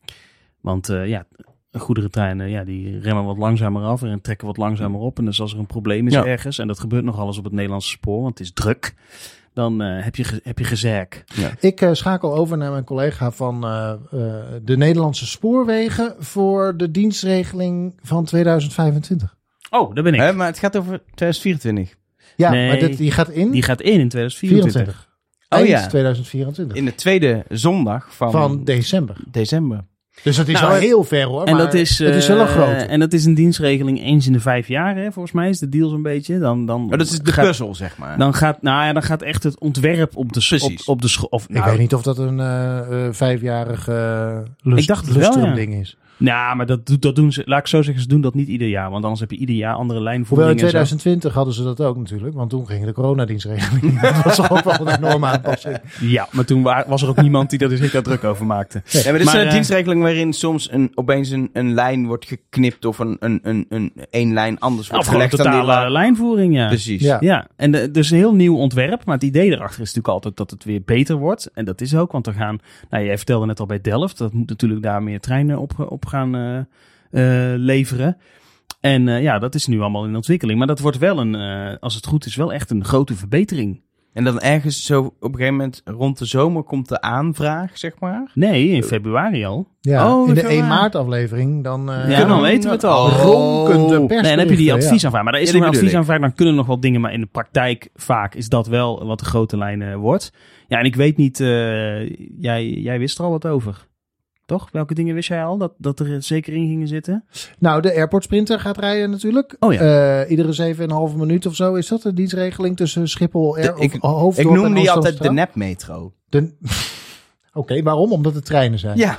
Want uh, ja, goederentreinen, ja, die remmen wat langzamer af en trekken wat langzamer op. En dus als er een probleem is ja. ergens, en dat gebeurt nog alles op het Nederlandse spoor, want het is druk, dan uh, heb, je, heb je gezerk. Ja. Ik uh, schakel over naar mijn collega van uh, uh, de Nederlandse Spoorwegen voor de dienstregeling van tweeduizend vijfentwintig. Oh, daar ben ik. He, maar het gaat over tweeduizend vierentwintig. Ja, nee, maar dit, die gaat in? Die gaat in in tweeduizend vierentwintig. Eind oh ja. tweeduizend vierentwintig. In de tweede zondag van... Van december. December. Dus dat is Nou, wel heel ver hoor. En maar dat is, het is wel een eh, grote. En dat is een dienstregeling eens in de vijf jaar, hè, volgens mij is de deal zo'n beetje. Dan, dan Oh, dat is de gaat, puzzel, zeg maar. Dan gaat, nou ja, dan gaat echt het ontwerp op de, s- op, Precies. op de school. Of, Ik nou, weet niet of dat een uh, uh, vijfjarig uh, lust, Ik dacht het wel, ja. ding is. Nou, maar dat, doet- dat doen ze, laat ik zo zeggen, ze doen dat niet ieder jaar. Want anders heb je ieder jaar andere Hoewel in lijnvoeringen. en zo. twintig twintig hadden ze dat ook natuurlijk. Want toen ging de coronadienstregeling. Dat was ook wel een enorme aanpassing. Ja, maar toen wa- was er ook niemand die daar zich daar druk over maakte. Ja, maar dit is Maar, een eh, dienstregeling waarin soms een, opeens een, een lijn wordt geknipt of een, een, een, een, een lijn anders wordt Of gewoon gelegd dan die totale la- lijnvoering, ja. Precies. Ja. Ja, en de, dus een heel nieuw ontwerp. Maar het idee erachter is natuurlijk altijd dat het weer beter wordt. En dat is ook, want er gaan... Nou, jij vertelde net al bij Delft. Dat moet natuurlijk daar meer treinen op, op gaan uh, uh, leveren. En uh, ja, dat is nu allemaal in ontwikkeling. Maar dat wordt wel een, uh, als het goed is, wel echt een grote verbetering. En dan ergens zo op een gegeven moment rond de zomer komt de aanvraag, zeg maar. Nee, in februari al. Ja, Oh, in de dat is één waar. maart aflevering dan... Uh, Ja, dan weten we het al. Oh. ronkende persberichten. Nee, dan heb je die ja. adviesaanvraag. Maar daar is Ja, nog die een bedoel ik. adviesaanvraag. Dan kunnen nog wel dingen. Maar in de praktijk vaak is dat wel wat de grote lijnen wordt. Ja, en ik weet niet... Uh, jij, jij wist er al wat over. Toch? Welke dingen wist jij al? Dat, dat er zeker in gingen zitten? Nou, de Airport Sprinter gaat rijden natuurlijk. Oh ja. Uh, iedere zeven en een halve minuut of zo. Is dat de dienstregeling tussen Schiphol, Air, De- ik- of Hoofddorp Ik en noem die altijd de Amsterdam-Straat? nepmetro. De... Oké, okay, waarom? Omdat het treinen zijn. Ja.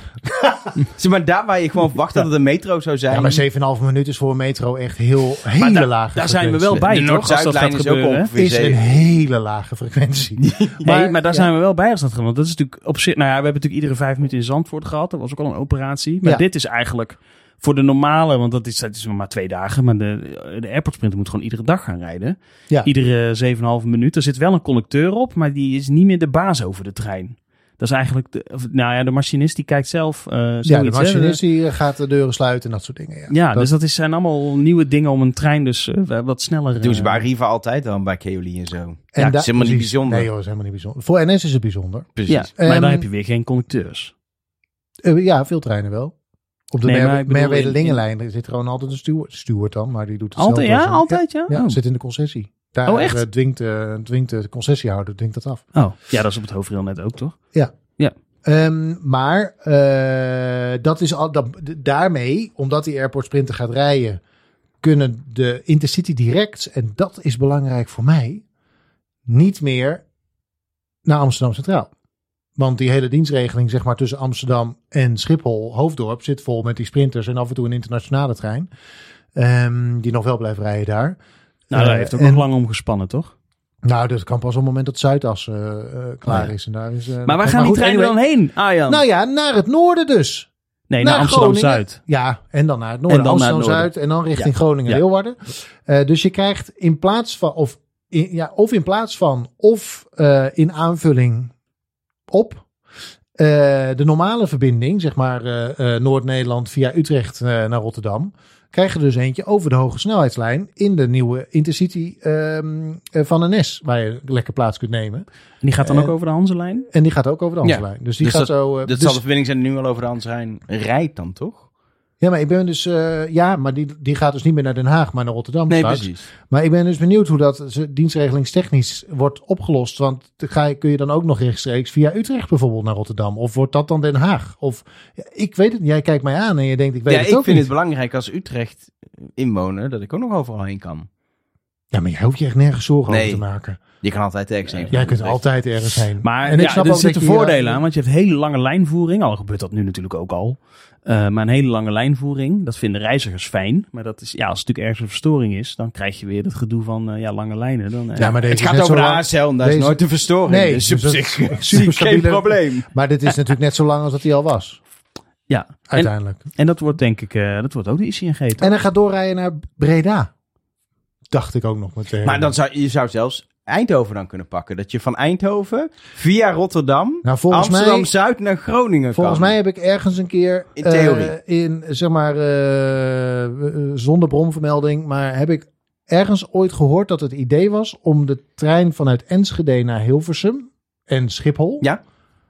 Zeg maar daar waar je gewoon verwacht dat het een metro zou zijn. Ja, maar zeven en een halve minuut is voor een metro echt heel, hele daar, lage daar zijn we frequentie. wel bij, de toch? Als dat Noord-Zuidlijn gaat is ook gebeuren. ongeveer Is een zeven. hele lage frequentie. Nee, Maar- maar daar ja. zijn we wel bij als dat gaat. Want dat is natuurlijk op zich... Nou ja, we hebben natuurlijk iedere vijf minuten in Zandvoort gehad. Dat was ook al een operatie. Maar Ja. dit is eigenlijk voor de normale... Want dat is, dat is nog maar twee dagen. Maar de, de Airport Sprinter moet gewoon iedere dag gaan rijden. Ja. Iedere zeven en een halve minuut. Er zit wel een conducteur op, maar die is niet meer de baas over de trein. Dat is eigenlijk... De, of, nou ja, de machinist die kijkt zelf... Uh, zoiets, Ja, de hè. machinist die gaat de deuren sluiten en dat soort dingen. Ja, Ja, dat, dus dat is, zijn allemaal nieuwe dingen om een trein dus uh, wat sneller... Dat doen ze uh, bij Arriva altijd dan, bij Keoli en zo. en ja, dat da- is helemaal niet precies. bijzonder. Nee joh, dat is helemaal niet bijzonder. Voor N S is het bijzonder. Precies. Ja, maar Ehm, dan heb je weer geen conducteurs. Uh, ja, veel treinen wel. Op de Nee, Mer- maar ik bedoel Merwede-Lingenlijn zit er gewoon altijd een steward, steward dan, maar die doet het Altijd, zelf ja? wel zo. Altijd, ja? Ja, Oh. zit in de concessie. Daar Oh, echt? eh, dwingt, uh, dwingt de concessiehouder dwingt dat af. Oh, ja, dat is op het hoofdrailnet ook, toch? Um, maar uh, dat is al, dat, d- daarmee, omdat die Airport Sprinter gaat rijden, kunnen de Intercity Directs, en dat is belangrijk voor mij, niet meer naar Amsterdam Centraal. Want die hele dienstregeling, zeg maar, tussen Amsterdam en Schiphol, Hoofddorp, zit vol met die sprinters en af en toe een internationale trein. Um, die nog wel blijft rijden daar. Nou, Uh, daar heeft ook en- nog lang om gespannen, toch? Nou, dat kan pas op het moment dat Zuidas uh, uh, klaar Oh ja. is. En daar is uh, Maar waar gaan die goed, treinen anyway. dan heen, Arjan? Nou ja, naar het noorden dus. nee, naar naar Amsterdam-Zuid. Groningen. Ja, en dan naar het noorden. En dan naar het Amsterdam-Zuid en dan richting Ja. Groningen-Leeuwarden. Uh, dus je krijgt in plaats van, of in, ja, of in plaats van, of uh, in aanvulling op uh, de normale verbinding, zeg maar uh, uh, Noord-Nederland via Utrecht uh, naar Rotterdam, krijg je dus eentje over de hoge snelheidslijn in de nieuwe Intercity um, uh, van N S, waar je lekker plaats kunt nemen. En die gaat dan En- ook over de Hanselijn? En die gaat ook over de Ja. Hanselijn. Dus die Dus gaat zo... Uh, Dat dus- zal de verbinding zijn die nu al over de Hanselijn rijdt dan, toch? Ja, maar ik ben dus... Uh, ja, maar die, die gaat dus niet meer naar Den Haag, maar naar Rotterdam Nee, straks. precies. Maar ik ben dus benieuwd hoe dat ze- dienstregelingstechnisch wordt opgelost. Want dan ga je, kun je dan ook nog rechtstreeks via Utrecht bijvoorbeeld naar Rotterdam? Of wordt dat dan Den Haag? Of ja, ik weet het niet. Jij kijkt mij aan en je denkt, ik weet Ja, het ik ook vind niet. het belangrijk als Utrecht inwoner dat ik ook nog overal heen kan. Ja, maar je hoeft je echt nergens zorgen Nee. over te maken. Je kan altijd ergens heen. Jij kunt altijd ergens heen. Maar En ik ja, snap er ook zitten dat je, voordelen uh, aan, want je hebt hele lange lijnvoering. Al gebeurt dat nu natuurlijk ook al. Uh, maar een hele lange lijnvoering, dat vinden reizigers fijn. Maar dat is, ja, als het natuurlijk ergens een verstoring is, dan krijg je weer het gedoe van uh, ja, lange lijnen. Dan, uh, Ja, maar deze Het is gaat net over zo de lang- A S L en daar deze- is nooit een verstoring. Nee, dus dus op dat zich is zie ik super geen stabiele- probleem. Maar dit is natuurlijk net zo lang als dat hij al was. ja. En, Uiteindelijk. en dat wordt denk ik, uh, dat wordt ook de I C N G. toch? En hij gaat doorrijden naar Breda. Dacht ik ook nog meteen. Maar dan zou je zou zelfs Eindhoven dan kunnen pakken. Dat je van Eindhoven via Rotterdam, Nou, volgens mij- Amsterdam-Zuid naar Groningen Volgens kan. mij heb ik ergens een keer In theorie. uh, in zeg maar uh, uh, zonder bronvermelding, maar heb ik ergens ooit gehoord dat het idee was om de trein vanuit Enschede naar Hilversum en Schiphol Ja.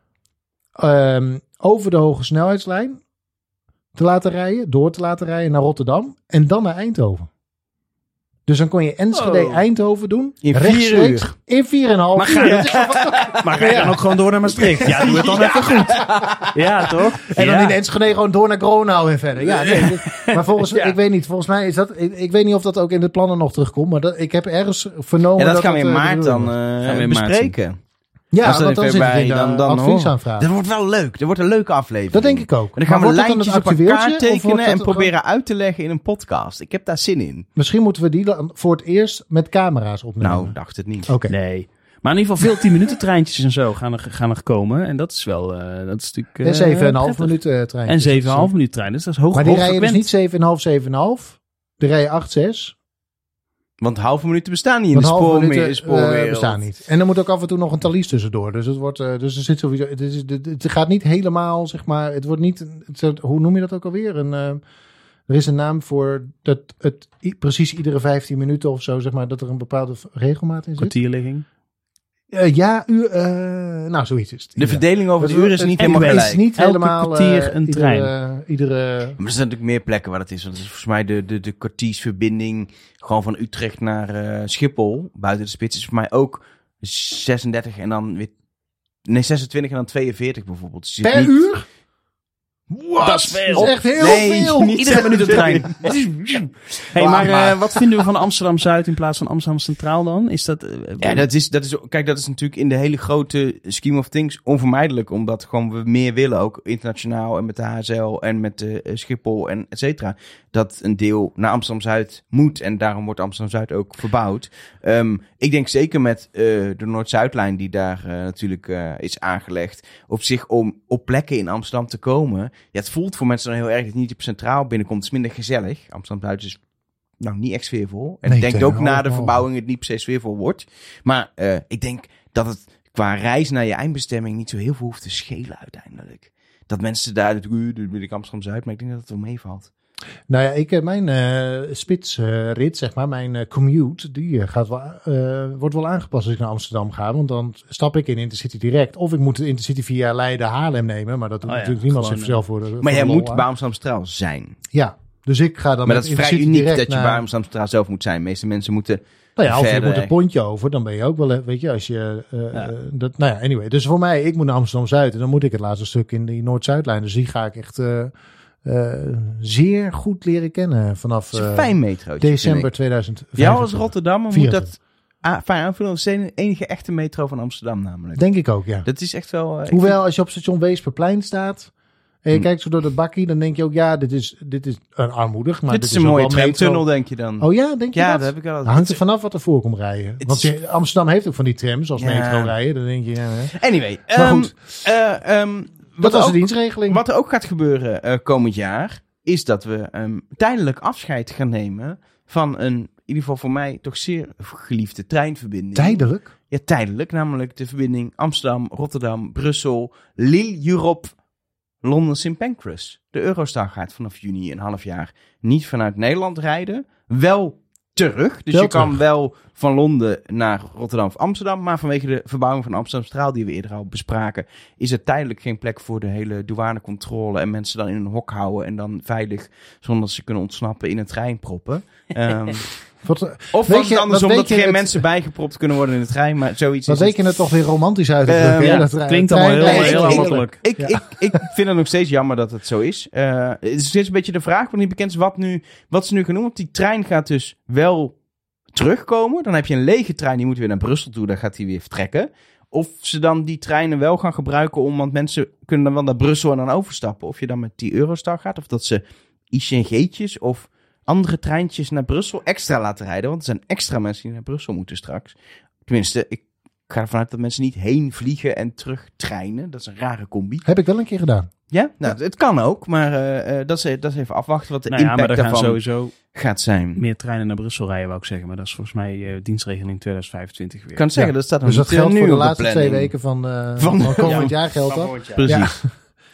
um, over de hoge snelheidslijn te laten rijden, door te laten rijden naar Rotterdam en dan naar Eindhoven. Dus dan kon je Enschede-Eindhoven doen. In vier rechtstreeks, uur. In vier en een half Maar uur. ga je, Dat is toch- maar ga je dan ook gewoon door naar Maastricht? Ja, doe het dan even goed. Ja, toch? En dan ja. in Enschede gewoon door naar Gronau en verder. Ja, nee, dit- maar volgens, Ja. ik weet niet, volgens mij is dat, ik, ik weet niet of dat ook in de plannen nog terugkomt, maar dat, ik heb ergens vernomen Ja, dat, gaan we in eh, maart bedoeld dan wordt. eh, Gaan we in maart bespreken. Ja, als dat want in dan zit het in februari, de dan- dan adviesaanvraag. Dat wordt wel leuk. Dat wordt een leuke aflevering. Dat denk ik ook. En dan gaan Maar we wordt dat dan lijntjes een op elkaar actueeltje, of wordt tekenen dat en gewoon- proberen uit te leggen in een podcast. Ik heb daar zin in. Misschien moeten we die dan voor het eerst met camera's opnemen. Nou, dacht het niet. Oké. Nee. Maar in ieder geval veel tien minuten treintjes en zo gaan er, gaan er komen. En dat is wel, uh, dat is natuurlijk... Uh, En zeven en een half prettig. minuten uh, trein. En zeven en een half minuut trein. Dus dat is hoog. Maar die hoog rijden dus frequent. niet zeven en een half, zeven en een half. Die rijden acht, zes. Want halve minuten bestaan niet in Want de halve spoor minuten meer, eh, spoorwereld. bestaan niet. En er moet ook af en toe nog een talies tussendoor. Dus het wordt, uh, dus er zit sowieso, het, is, het, het gaat niet helemaal, zeg maar, het wordt niet, het, hoe noem je dat ook alweer? Een, uh, er is een naam voor dat het i- precies iedere vijftien minuten of zo, zeg maar, dat er een bepaalde regelmaat in zit. Kwartierligging. Uh, ja, u, uh, nou, zoiets is het. De verdeling over de Het- uren is het- niet het helemaal is gelijk. niet Elke helemaal kwartier uh, een iedere, trein. Iedere, Maar er zijn natuurlijk meer plekken waar dat is. Want dat is volgens mij de, de, de kwartiersverbinding gewoon van Utrecht naar uh, Schiphol. Buiten de spits is voor mij ook zesendertig en dan weer... Nee, zesentwintig en dan tweeënveertig bijvoorbeeld. Dus je zit per niet- uur? Dat is veel. Dat is echt heel Nee, veel. niet Iedere minuut een trein. Hey, Wacht maar maar. uh, wat vinden we van Amsterdam-Zuid in plaats van Amsterdam Centraal dan? Is dat... Uh, Ja, dat is, dat is, kijk, dat is natuurlijk in de hele grote scheme of things onvermijdelijk. Omdat gewoon we meer willen, ook internationaal en met de H S L en met de uh, Schiphol en et cetera. Dat een deel naar Amsterdam-Zuid moet en daarom wordt Amsterdam-Zuid ook verbouwd. Um, ik denk zeker met uh, de Noord-Zuidlijn die daar uh, natuurlijk uh, is aangelegd. Op zich om op plekken in Amsterdam te komen. Ja, het voelt voor mensen dan heel erg dat het niet op centraal binnenkomt. Het is minder gezellig. Amsterdam-Zuid is nou niet echt sfeervol. En Nee, ik denk tegen ook na de half, verbouwing het niet per se sfeervol wordt. Maar uh, ik denk dat het qua reis naar je eindbestemming niet zo heel veel hoeft te schelen uiteindelijk. Dat mensen daar natuurlijk, uh, wil ik Amsterdam-Zuid, maar ik denk dat het wel meevalt. Nou ja, ik, mijn uh, spitsrit, uh, zeg maar, mijn uh, commute, die uh, gaat wel, uh, wordt wel aangepast als ik naar Amsterdam ga. Want dan stap ik in Intercity direct. Of ik moet de Intercity via Leiden, Haarlem nemen. Maar dat doet Oh ja, natuurlijk niemand gewoon, zichzelf voor de voor Maar de jij lol moet aan. bij Amsterdam Centraal zijn. Ja, dus ik ga dan Maar met dat is vrij Intercity uniek direct dat je naar- bij Amsterdam Centraal zelf moet zijn. De meeste mensen moeten... Nou ja, of je verder. moet een pontje over, dan ben je ook wel, eh, weet je, als je, uh, Ja. uh, dat, nou ja, anyway. Dus voor mij, ik moet naar Amsterdam-Zuid en dan moet ik het laatste stuk in die Noord-Zuidlijn. Dus die ga ik echt uh, uh, zeer goed leren kennen vanaf Het is een uh, fijn metro. december tweeduizend vijf. Jou als Rotterdammer moet vierentwintig. dat ah, fijn aanvullen. Dat is de enige echte metro van Amsterdam namelijk. Denk ik ook, ja. Dat is echt wel... uh, ik Hoewel, als je op station Weesperplein staat en je Hm. kijkt zo door dat bakkie, dan denk je ook, ja, dit is, dit is een armoedig, maar dit dit is een ook mooie wel metro. tramtunnel, denk je dan. Oh ja, denk je ja, dat? dat heb ik al. Dan hangt er vanaf wat er voor komt rijden. Het Want is- je- Amsterdam heeft ook van die trams als Ja. metro rijden. Dan denk je, ja, hè. Anyway. Maar um, goed. uh, um, Dat wat, was ook, de dienstregeling. wat er ook gaat gebeuren uh, komend jaar, is dat we um, tijdelijk afscheid gaan nemen van een, in ieder geval voor mij, toch zeer geliefde treinverbinding. Tijdelijk? Ja, tijdelijk. Namelijk de verbinding Amsterdam, Rotterdam, Brussel, Lille, Europe, Londen, Saint Pancras. De Eurostar gaat vanaf juni een half jaar niet vanuit Nederland rijden. Wel terug. Dus Wel je kan terug. wel van Londen naar Rotterdam of Amsterdam. Maar vanwege de verbouwing van Amsterdam Centraal, die we eerder al bespraken, is er tijdelijk geen plek voor de hele douanecontrole. En mensen dan in een hok houden en dan veilig, zonder dat ze kunnen ontsnappen, in een trein proppen. Um, Wat, of Weet was je- het andersom, wat dat weet je geen het- mensen bijgepropt kunnen worden in de trein. Maar zoiets wat is het. reken het toch weer romantisch uit. Eh, Uh, ja, klinkt allemaal heel- heel aantrekkelijk. Ik, Ja. ik, ik vind het nog steeds jammer dat het zo is. Uh, het is steeds een beetje de vraag van niet bekend is wat, nu, wat ze nu gaan doen. Want die trein gaat dus wel terugkomen. Dan heb je een lege trein, die moet weer naar Brussel toe. Dan gaat die weer vertrekken. Of ze dan die treinen wel gaan gebruiken om... Want mensen kunnen dan wel naar Brussel en dan overstappen. Of je dan met die Eurostar gaat. Of dat ze I C N G'tjes of andere treintjes naar Brussel extra laten rijden. Want er zijn extra mensen die naar Brussel moeten straks. Tenminste, ik ga ervan uit dat mensen niet heen vliegen en terug treinen. Dat is een rare combi. Heb ik wel een keer gedaan. Ja, nou, het kan ook. Maar uh, uh, dat, is, dat is even afwachten wat de Nou ja, impact maar er gaan daarvan sowieso gaat zijn. meer treinen naar Brussel rijden, wou ik zeggen. Maar dat is volgens mij uh, dienstregeling tweeduizend vijfentwintig weer. Ik kan zeggen, Ja. dat staat nog Dus dat niet, uh, geldt nu voor de op laatste planning. twee weken van, uh, Van- van komend ja. jaar geldt dat. Precies. Ja. Ja.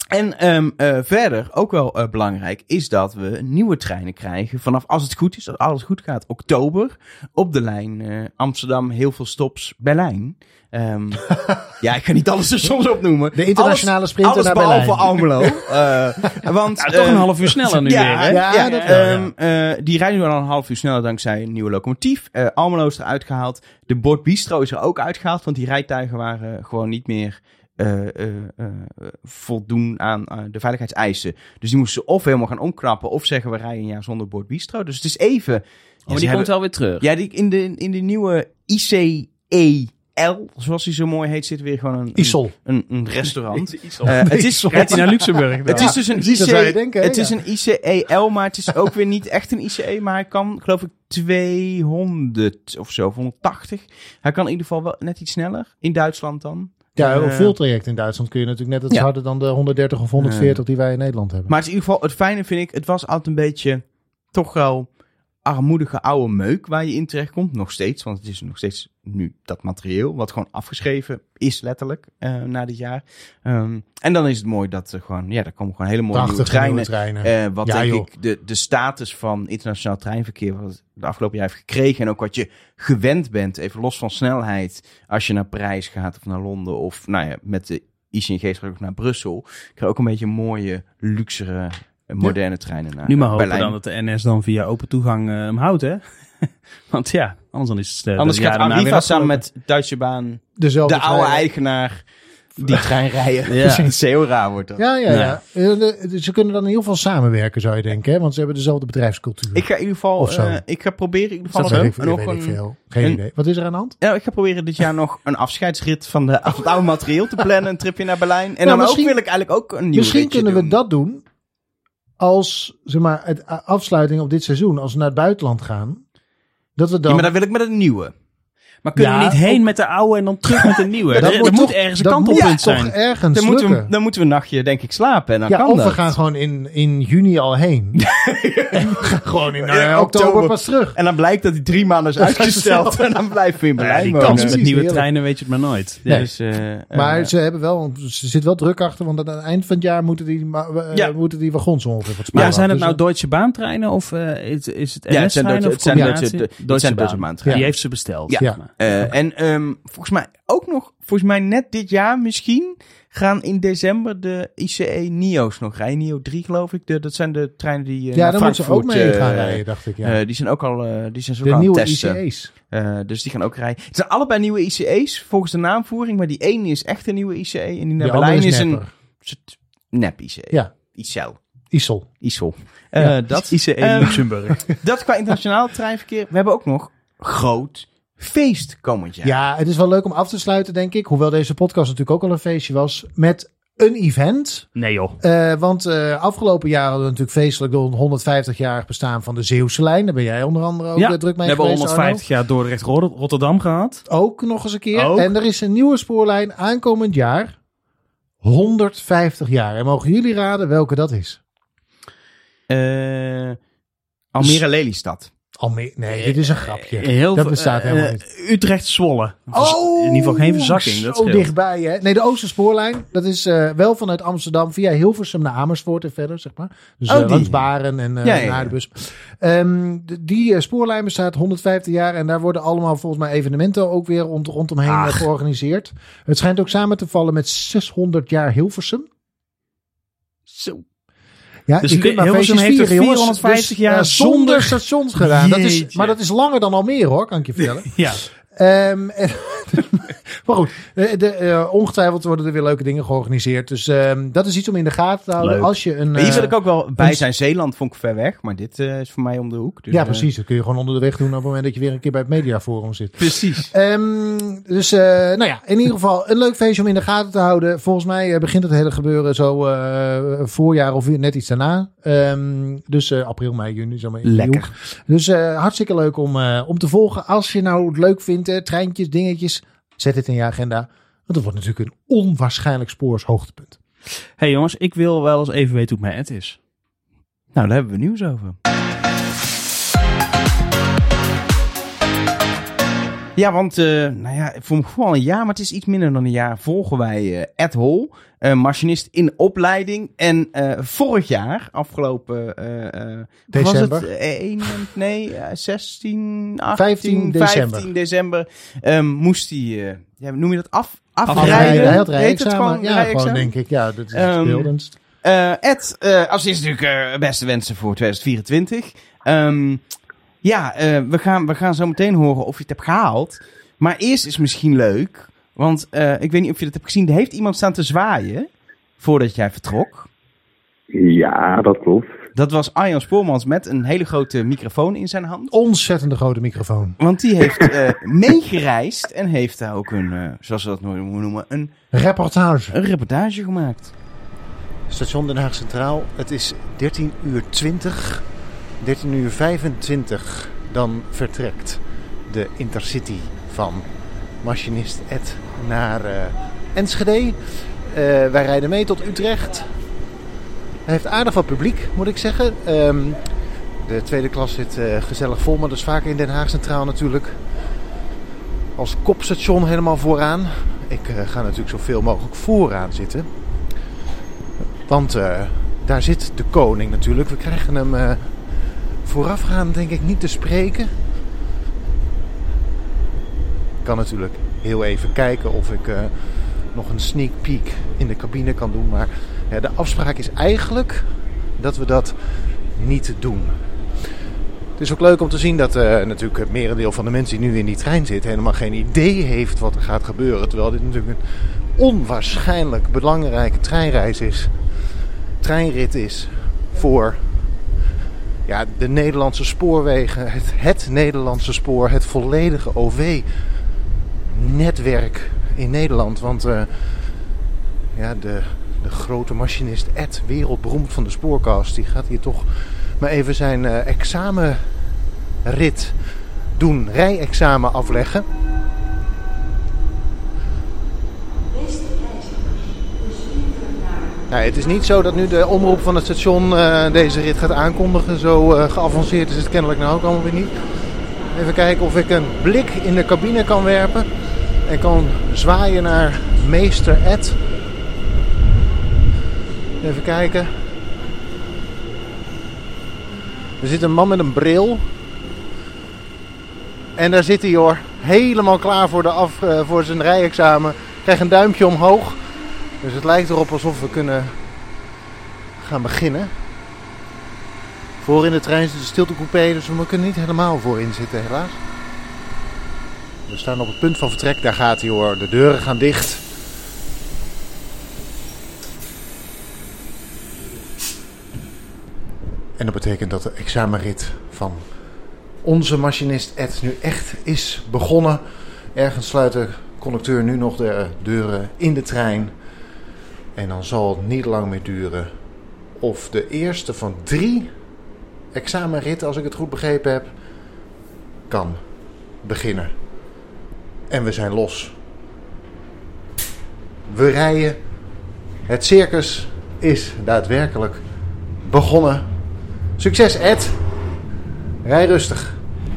En um, uh, verder, ook wel uh, belangrijk, is dat we nieuwe treinen krijgen vanaf, als het goed is, als alles goed gaat, oktober, op de lijn uh, Amsterdam, heel veel stops, Berlijn. Um, ja, ik ga niet alle stations opnoemen. De internationale alles, sprinter alles naar Berlijn. behalve Almelo. uh, want, Ja, toch uh, een half uur sneller nu ja, weer, hè? Ja, ja, dat wel, um, uh, die rijden nu al een half uur sneller dankzij een nieuwe locomotief. Uh, Almelo is eruit gehaald. De Bord Bistro is er ook uitgehaald, want die rijtuigen waren gewoon niet meer uh, uh, uh, voldoen aan uh, de veiligheidseisen. Dus die moesten ze of helemaal gaan omknappen, of zeggen we rijden een jaar zonder Bord Bistro. Dus het is even... Oh, maar Ja, die ze komt hebben, wel weer terug. ja, die, in, de, in de nieuwe I C E L, zoals die zo mooi heet, zit weer gewoon een, Isol. een, een restaurant. Uh, het is, Isol. Rijdt hij naar Luxemburg? het is dus een precies, dat zou je I C, denken, hè? het is Ja. een I C E L, maar het is ook weer niet echt een I C E, maar hij kan, geloof ik, tweehonderd of zo, of honderdtachtig. Hij kan in ieder geval wel net iets sneller, in Duitsland dan. Ja, op Uh, veel trajecten in Duitsland kun je natuurlijk net iets Ja. harder dan de honderddertig of honderdveertig die wij in Nederland hebben. Maar het is in ieder geval, het fijne vind ik, het was altijd een beetje toch wel armoedige oude meuk waar je in terecht komt. Nog steeds, want het is nog steeds nu dat materieel wat gewoon afgeschreven is letterlijk uh, na dit jaar. Um, en dan is het mooi dat er gewoon, ja, er komen gewoon hele mooie nieuwe Prachtige treinen. nieuwe treinen. Uh, wat Ja, denk joh. ik de, de status van internationaal treinverkeer wat het de afgelopen jaar heeft gekregen. En ook wat je gewend bent, even los van snelheid, als je naar Parijs gaat of naar Londen of nou ja, met de I C N G straks ook naar Brussel. Ik krijg ook een beetje mooie, luxere, moderne treinen naar Nu maar hopen Berlijn. dan dat de N S dan via open toegang uh, hem houdt, hè? Want ja, anders dan is het... Uh, Anders dat gaat jaar daarna Arriva weer samen afgelopen. met Deutsche Bahn, Dezelfde de oude treinen. eigenaar, die trein rijden. Ja. Het is heel raar wordt dat. Ja, ja, Nee. ja. Eh, de- de- Ze kunnen dan in ieder geval samenwerken, zou je denken. Hè? Want ze hebben dezelfde bedrijfscultuur. Ik ga in ieder geval, Of zo. uh, ik ga proberen in ieder geval dat nog, weet ik, een- nog weet ik een, veel. Geen een- idee. Wat is er aan de hand? ja, ik ga proberen dit jaar nog een afscheidsrit van, de, van het oude materieel te plannen, een tripje naar Berlijn. En Nou, dan misschien- ook wil ik eigenlijk ook een nieuw Misschien ritje kunnen we doen. dat doen als, zeg maar, het a- afsluiting op dit seizoen. Als we naar het buitenland gaan. Dat we dan... Ja, maar dan wil ik met een nieuwe. Maar kunnen Ja, we niet heen ook- met de oude en dan terug met de nieuwe? Ja, dat dat er, er moet moet toch- ergens een dat kantelpunt moet zijn. toch ergens Dan moeten, we, lukken. dan moeten we een nachtje denk ik slapen en dan Ja, kan of dat. we gaan gewoon in, in juni al heen. En we gaan gewoon in eh, Ja, oktober. oktober pas terug. En dan blijkt dat die drie maanden is uitgesteld en dan blijven we in Ja, Berlijn die wonen. kans met Precies, nieuwe heerlijk. treinen weet je het maar nooit. Nee. Dus, uh, Maar uh, ze hebben wel, ze zit wel druk achter, want aan het eind van het jaar moeten die, ma- uh, Ja. moeten die wagons ongeveer wat Ja, sparen. zijn het Dus, nou Deutsche Bahntreinen of uh, is, is het N Ja, het zijn S-treinen Deutsche- of het zijn combinatie? Deutsche- het zijn Deutsche Bahntreinen. Die Ja. heeft ze besteld. Ja. zeg maar. Uh, en um, volgens mij ook nog, volgens mij net dit jaar misschien, gaan in december de I C E Nio's nog rijden. Nio drie geloof ik. De, dat zijn de treinen die uh, ja, naar daar moeten ze ook Frankfurt, mee uh, gaan rijden, dacht ik. Ja. uh, die zijn ook al, uh, die zijn ze ook de al aan nieuwe het I testen. C E's. Uh, dus die gaan ook rijden. Het zijn allebei nieuwe I C E's volgens de naamvoering. Maar die ene is echt een nieuwe I C E. En die naar Die Berlijn andere is, een nepper. soort nep I C E. Ja. Icel. Isol. Isel. Uh, Ja. dat, I C E Um, Luxemburg. dat qua internationaal treinverkeer. We hebben ook nog groot feest komend jaar. Ja, het is wel leuk om af te sluiten, denk ik. Hoewel deze podcast natuurlijk ook al een feestje was. Met een event. Nee joh. Uh, want uh, afgelopen jaar hadden we natuurlijk feestelijk de honderdvijftig-jarig bestaan van de Zeeuwse lijn. Daar ben jij onder andere ook Ja, uh, druk we mee hebben geweest, honderdvijftig jaar Dordrecht Rot- Rotterdam gehad. Arno. Ook nog eens een keer. Ook. En er is een nieuwe spoorlijn aankomend jaar. honderdvijftig jaar. En mogen jullie raden welke dat is? Uh, Almere Lelystad. Almere. Nee, dit is een grapje. Heel dat veel- bestaat eh, helemaal eh, niet. Utrecht Zwolle. Vers- in ieder geval geen verzakking. Dat zo scheelt. dichtbij, hè? Nee, de Oosterspoorlijn. Dat is uh, wel vanuit Amsterdam via Hilversum naar Amersfoort en verder, zeg maar. Dus Oh, uh, die. langs Baren en uh, Ja, ja, ja. naar de bus. Um, de- die uh, spoorlijn bestaat honderdvijftig jaar en daar worden allemaal volgens mij evenementen ook weer rond, rondomheen uh, Ach. georganiseerd. Het schijnt ook samen te vallen met zeshonderd jaar Hilversum. Zo. Ja, Dus je kunt maar Hilversum feestjes heeft er vieren, jongens. vierhonderdvijftig Dus, jaar uh, zonder zonder- stations gedaan. Dat is, Jeetje. maar dat is langer dan Almere, hoor, kan ik je vertellen. Ja. Um, en, maar goed, de, de, uh, ongetwijfeld worden er weer leuke dingen georganiseerd. Dus um, dat is iets om in de gaten te houden. Leuk. Als je een, Maar hier uh, wil ik ook wel bij een- zijn. Zeeland vond ik ver weg, maar dit uh, is voor mij om de hoek. Dus, ja, uh, precies. Dat kun je gewoon onder de weg doen op het moment dat je weer een keer bij het Mediaforum zit. precies. Um, dus, uh, nou ja, in ieder geval een leuk feestje om in de gaten te houden. Volgens mij uh, begint het hele gebeuren zo uh, voorjaar of net iets daarna. Um, dus uh, april, mei, juni. Zo maar in die Lekker. hoek. Dus uh, hartstikke leuk om, uh, om te volgen. Als je nou het leuk vindt, uh, treintjes, dingetjes, zet het in je agenda. Want dat wordt natuurlijk een onwaarschijnlijk spoorshoogtepunt. Hey jongens, ik wil wel eens even weten hoe het met Ed is. Nou, daar hebben we nieuws over. Ja, want uh, nou ja, voor gewoon een jaar, maar het is iets minder dan een jaar, volgen wij uh, Ed Hol. uh, machinist in opleiding. En uh, vorig jaar, afgelopen uh, uh, december. Was het, uh, een, nee, uh, zestien, achttien, vijftien december, vijftien december um, moest hij, uh, ja, noem je dat, af, afrijden? Afrijden, hij had Heet het rijexamen. gewoon, Ja, rijexamen? gewoon denk ik. Ja, dat is het Um, beeldendst. Uh, Ed, uh, als eerste natuurlijk uh, beste wensen voor twintig vierentwintig. Um, ja, uh, we, gaan, we gaan zo meteen horen of je het hebt gehaald. Maar eerst is misschien leuk, want uh, ik weet niet of je dat hebt gezien. Er heeft iemand staan te zwaaien voordat jij vertrok. Ja, dat klopt. Dat was Arjan Spoormans met een hele grote microfoon in zijn hand. Ontzettende grote microfoon. Want die heeft uh, meegereisd en heeft daar ook een, uh, zoals we dat noemen, een, Reportage. een reportage gemaakt. Station Den Haag Centraal. Het is dertien uur twintig. dertien uur vijfentwintig. Dan vertrekt de Intercity van machinist Ed naar uh, Enschede. Uh, wij rijden mee tot Utrecht. Hij heeft aardig wat publiek, moet ik zeggen. Um, de tweede klas zit uh, gezellig vol, maar dat is vaker in Den Haag Centraal natuurlijk. Als kopstation helemaal vooraan. Ik uh, ga natuurlijk zoveel mogelijk vooraan zitten. Want uh, daar zit de koning natuurlijk. We krijgen hem uh, voorafgaand denk ik niet te spreken. Ik kan natuurlijk heel even kijken of ik uh, nog een sneak peek in de cabine kan doen. Maar ja, de afspraak is eigenlijk dat we dat niet doen. Het is ook leuk om te zien dat uh, natuurlijk het merendeel van de mensen die nu in die trein zitten helemaal geen idee heeft wat er gaat gebeuren. Terwijl dit natuurlijk een onwaarschijnlijk belangrijke treinreis is. Treinrit is voor ja, de Nederlandse spoorwegen, het, het Nederlandse spoor, het volledige O V-netwerk in Nederland. Want uh, ja, de, de grote machinist Ed, wereldberoemd van de spoorkast, die gaat hier toch maar even zijn uh, examenrit doen, rijexamen afleggen. Nou, het is niet zo dat nu de omroep van het station uh, deze rit gaat aankondigen. Zo uh, geavanceerd is het kennelijk nou ook allemaal weer niet. Even kijken of ik een blik in de cabine kan werpen. En kan zwaaien naar meester Ed. Even kijken. Er zit een man met een bril. En daar zit hij hoor. Helemaal klaar voor, de af, uh, voor zijn rijexamen. Krijg een duimpje omhoog. Dus het lijkt erop alsof we kunnen gaan beginnen. Voor in de trein zit een stiltecoupé, dus we kunnen niet helemaal voorin zitten helaas. We staan op het punt van vertrek, daar gaat hij hoor. De deuren gaan dicht. En dat betekent dat de examenrit van onze machinist Ed nu echt is begonnen. Ergens sluit de conducteur nu nog de deuren in de trein. En dan zal het niet lang meer duren of de eerste van drie examenritten, als ik het goed begrepen heb, kan beginnen. En we zijn los. We rijden. Het circus is daadwerkelijk begonnen. Succes Ed. Rij rustig.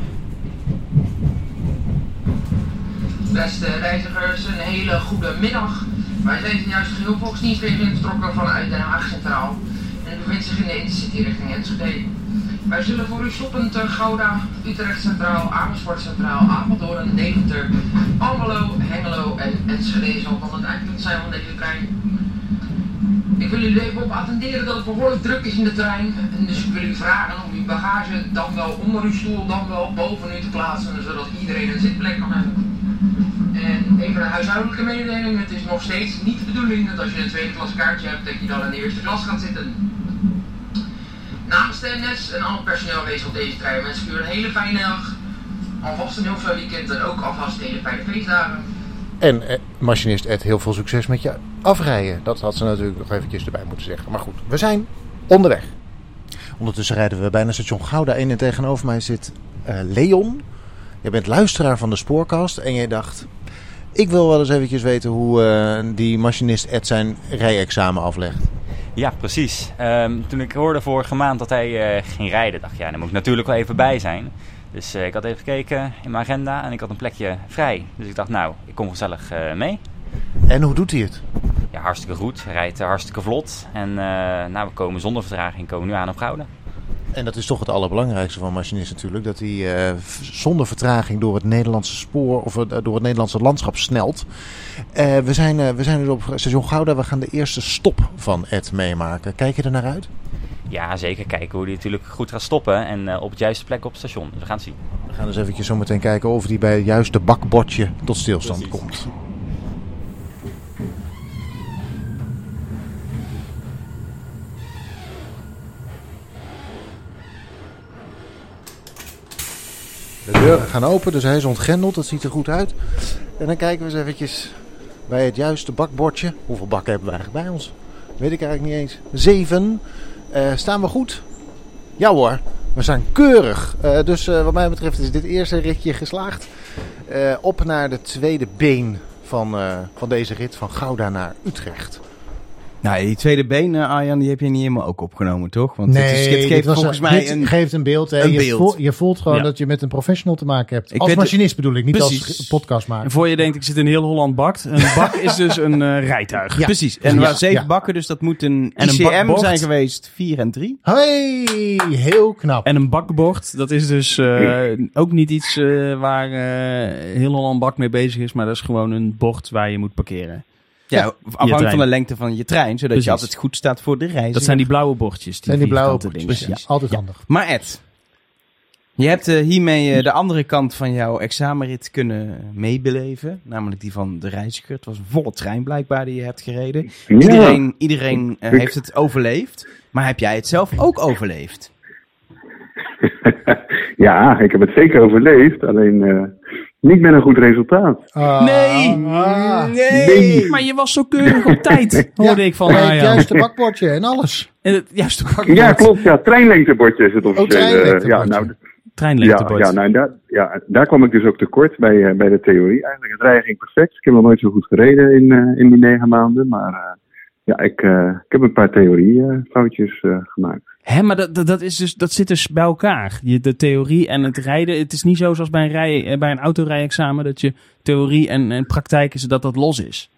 Beste reizigers, een hele goede middag. Wij zijn juist geheel volksdienstregeling vertrokken vanuit Den Haag Centraal en u bevindt zich in de Intercity richting Enschede. Wij zullen voor u stoppen te Gouda, Utrecht Centraal, Amersfoort Centraal, Apeldoorn, Deventer, Almelo, Hengelo en Enschede zal dan het eindpunt zijn van deze trein. Ik wil u even op attenderen dat het behoorlijk druk is in de trein. En dus ik wil u vragen om uw bagage dan wel onder uw stoel, dan wel boven u te plaatsen, zodat iedereen een zitplek kan hebben. En even een huishoudelijke mededeling, het is nog steeds niet de bedoeling dat als je een tweede klas kaartje hebt, dat je dan in de eerste klas gaat zitten. Namens de N S en al het personeel aanwezig op deze trein wensen ik u een hele fijne dag, alvast een heel fijn weekend en ook alvast hele fijne feestdagen. En eh, machinist Ed, heel veel succes met je afrijden. Dat had ze natuurlijk nog eventjes erbij moeten zeggen. Maar goed, we zijn onderweg. Ondertussen rijden we bijna station Gouda in en tegenover mij zit uh, Leon. Je bent luisteraar van de Spoorcast en jij dacht, ik wil wel eens eventjes weten hoe uh, die machinist Ed zijn rijexamen aflegt. Ja, precies. Um, toen ik hoorde vorige maand dat hij uh, ging rijden, dacht ik, ja, daar moet ik natuurlijk wel even bij zijn. Dus uh, ik had even gekeken in mijn agenda en ik had een plekje vrij. Dus ik dacht, nou, ik kom gezellig uh, mee. En hoe doet hij het? Ja, ja, hartstikke goed. Hij rijdt uh, hartstikke vlot. En uh, nou, we komen zonder vertraging komen nu aan op Gouda. En dat is toch het allerbelangrijkste van machinist natuurlijk. Dat hij uh, zonder vertraging door het Nederlandse spoor of uh, door het Nederlandse landschap snelt. Uh, we, zijn, uh, we zijn nu op station Gouda. We gaan de eerste stop van Ed meemaken. Kijk je er naar uit? Ja, zeker. Kijken hoe hij natuurlijk goed gaat stoppen. En uh, op het juiste plek op het station. Dus we gaan het zien. We gaan dus eventjes zo meteen kijken of hij bij het juiste bakbordje tot stilstand Precies. komt. De deuren gaan open, dus hij is ontgrendeld. Dat ziet er goed uit. En dan kijken we eens eventjes bij het juiste bakbordje. Hoeveel bakken hebben we eigenlijk bij ons? Weet ik eigenlijk niet eens. Zeven. Uh, staan we goed? Ja hoor, we staan keurig. Uh, dus uh, wat mij betreft is dit eerste ritje geslaagd. Uh, op naar de tweede been van, uh, van deze rit van Gouda naar Utrecht. Nou, die tweede been, uh, Arjan, die heb je niet helemaal ook opgenomen, toch? Want nee, het, is, het geeft volgens een, mij dit een, geeft een beeld. Hè. Een je, beeld. Voel, je voelt gewoon ja. dat je met een professional te maken hebt. Ik als weet machinist bedoel ik, niet precies. als podcastmaker. En voor je denkt, ik zit in heel Holland bakt. Een bak is dus een uh, rijtuig. Ja. Precies. En er Ja. waren zeven Ja. bakken, dus dat moet een En een I C M bakbocht. zijn geweest, vier en drie. Hey, heel knap. En een bakbord, dat is dus uh, ook niet iets uh, waar uh, heel Holland Bak mee bezig is. Maar dat is gewoon een bord waar je moet parkeren. Ja, Ja, afhankelijk trein. van de lengte van je trein, zodat Precies. je altijd goed staat voor de reis. Dat zijn die blauwe bordjes. Die zijn die blauwe vierkante bordjes. dingen. Precies, altijd Ja. handig. Maar Ed, je hebt uh, hiermee uh, de andere kant van jouw examenrit kunnen meebeleven. Namelijk die van de reiziger. Het was een volle trein blijkbaar die je hebt gereden. Ja. Iedereen, iedereen uh, heeft het overleefd. Maar heb jij het zelf ook overleefd? Ja, ik heb het zeker overleefd. Alleen uh, niet met een goed resultaat. Ah, Nee. ah. Nee! Nee. Maar je was zo keurig op tijd, hoorde ik van Bij het Arjan. juiste bakbordje en alles. En het juiste bakbord. Ja, klopt. Ja, treinlengtebordje is het officieel. Oh, treinlengtebordje. ja, nou, ja, Treinlengtebord. ja, nou, daar, ja, daar kwam ik dus ook tekort bij, uh, bij de theorie. Eigenlijk, het rijden ging perfect. Ik heb nog nooit zo goed gereden in, uh, in die negen maanden. Maar uh, ja, ik, uh, ik heb een paar theorie-foutjes uh, gemaakt. Hè, maar dat, dat, dat, is dus, dat zit dus bij elkaar. Je, de theorie en het rijden. Het is niet zo zoals bij een, rij, bij een autorijexamen dat je theorie en, en praktijk is dat dat los is.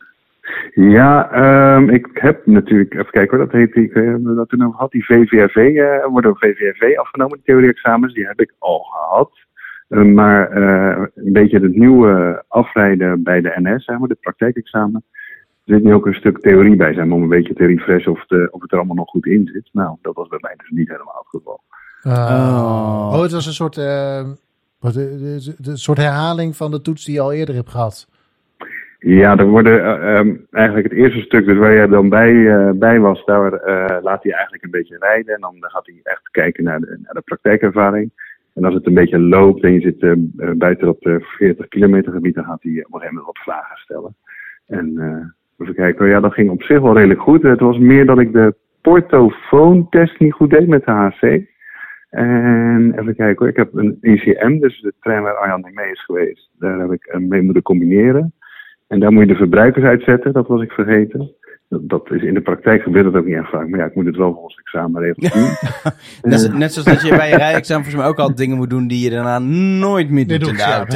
Ja, um, ik heb natuurlijk, even kijken hoor, dat heet, ik uh, dat toen over had, die V V R V, uh, worden V V R V afgenomen, die theorie-examens, die heb ik al gehad. Uh, maar uh, een beetje het nieuwe afrijden bij de N S, zeg maar, de praktijkexamen, er zit nu ook een stuk theorie bij, zeg maar, om een beetje te refreshen of, de, of het er allemaal nog goed in zit. Nou, dat was bij mij dus niet helemaal het geval. Uh, oh, het was een soort, uh, wat, de, de, de, de soort herhaling van de toets die je al eerder hebt gehad. Ja, er worden uh, um, eigenlijk het eerste stuk, dus waar jij dan bij, uh, bij was, daar uh, laat hij eigenlijk een beetje rijden. En dan gaat hij echt kijken naar de, naar de praktijkervaring. En als het een beetje loopt en je zit uh, buiten dat uh, veertig kilometer gebied, dan gaat hij op een gegeven moment wat vragen stellen. En uh, even kijken, ja, dat ging op zich wel redelijk goed. Het was meer dat ik de portofoontest niet goed deed met de H C. En even kijken hoor, ik heb een I C M, dus de trein waar Arjan mee is geweest, daar heb ik mee moeten combineren. En daar moet je de verbruikers uitzetten, dat was ik vergeten. Dat, dat is in de praktijk gebeurt dat ook niet echt vaak. Maar ja, ik moet het wel volgens examenregels doen. net, net zoals dat je bij je rijexamen volgens mij ook al dingen moet doen die je daarna nooit meer doet in de auto.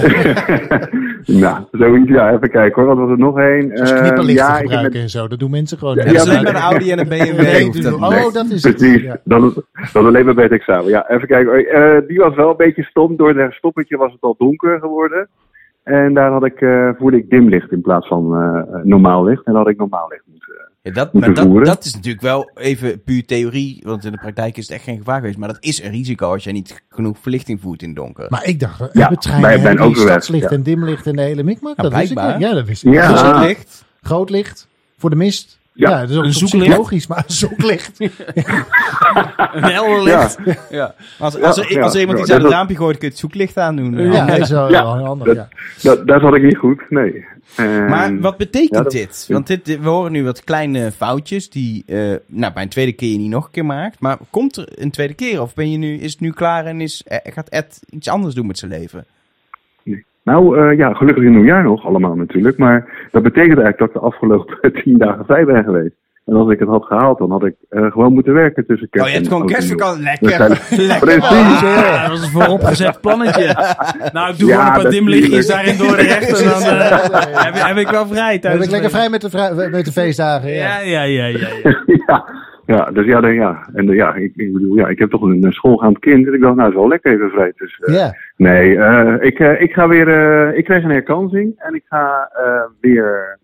Nou, zoiets, ja, even kijken hoor. Wat was er nog één? Zoals Uh, knipperlichten ja, gebruiken met... en zo, dat doen mensen gewoon. Ja, niet. dat is alleen bij een Audi en een B M W. Nee, hoeft dat oh, niet. dat is het. Precies, Ja. dat, is, dat is alleen maar bij het examen. Ja, even kijken hoor. Uh, die was wel een beetje stom. Door het stoppetje was het al donker geworden. En daar had ik, uh, voerde ik dimlicht in plaats van uh, normaal licht. En dan had ik normaal licht moeten, uh, Ja, dat, moeten maar dat, voeren. dat is natuurlijk wel even puur theorie, want in de praktijk is het echt geen gevaar geweest. Maar dat is een risico als jij niet genoeg verlichting voert in het donker. Maar ik dacht, Ja, hebben treinen bij- bij hebben een die overweg, stadslicht ja. en dimlicht en de hele mikmak? Nou, dat wist ik blijkbaar. niet. Ja, dat wist ik. Ja. Groot Groot Ah. licht. Groot licht voor de mist. Ja. Ja, dat is ook Een op zich zoeklicht. logisch, maar een zoeklicht. Een helder licht. Ja, Ja. Als, als, er, Ja, als er iemand ja, iets uit dat- het raampje gooit, kun je het zoeklicht aandoen. Ja, dat is wel Ja. wel handig. Dat- Ja. dat, dat had ik niet goed, nee. En- Maar wat betekent ja, dat- dit? Want dit, dit- we horen nu wat kleine foutjes die uh, nou, bij een tweede keer je niet nog een keer maakt. Maar komt er een tweede keer? Of ben je nu, is het nu klaar en is, eh, gaat Ed iets anders doen met zijn leven? Nou uh, ja, gelukkig in nieuwjaar nog allemaal natuurlijk. Maar dat betekent eigenlijk dat ik de afgelopen tien dagen vrij ben geweest. En als ik het had gehaald, dan had ik uh, gewoon moeten werken tussen kerst Oh, je hebt en gewoon oud en nieuw. kerstvakantie. Lekker. Lekker. Precies. Ja, dat was een vooropgezet plannetje. Nou, ik doe Ja, gewoon een paar dat dimlichtjes tuurlijk. daar in Dordrecht. En dan uh, heb, heb ik wel vrij Dan thuis. ben ik lekker vrij met de, vrij, met de feestdagen. Ja. Ja, ja, ja, ja. ja. ja, ja, dus ja, dan, ja. En uh, ja, ik, ik bedoel, ja, ik heb toch een, een schoolgaand kind. Dus ik dacht, nou, is wel lekker even vrij. Dus, uh, Ja. nee, uh, ik, uh, ik ga weer, uh, ik krijg een herkansing en ik ga uh, weer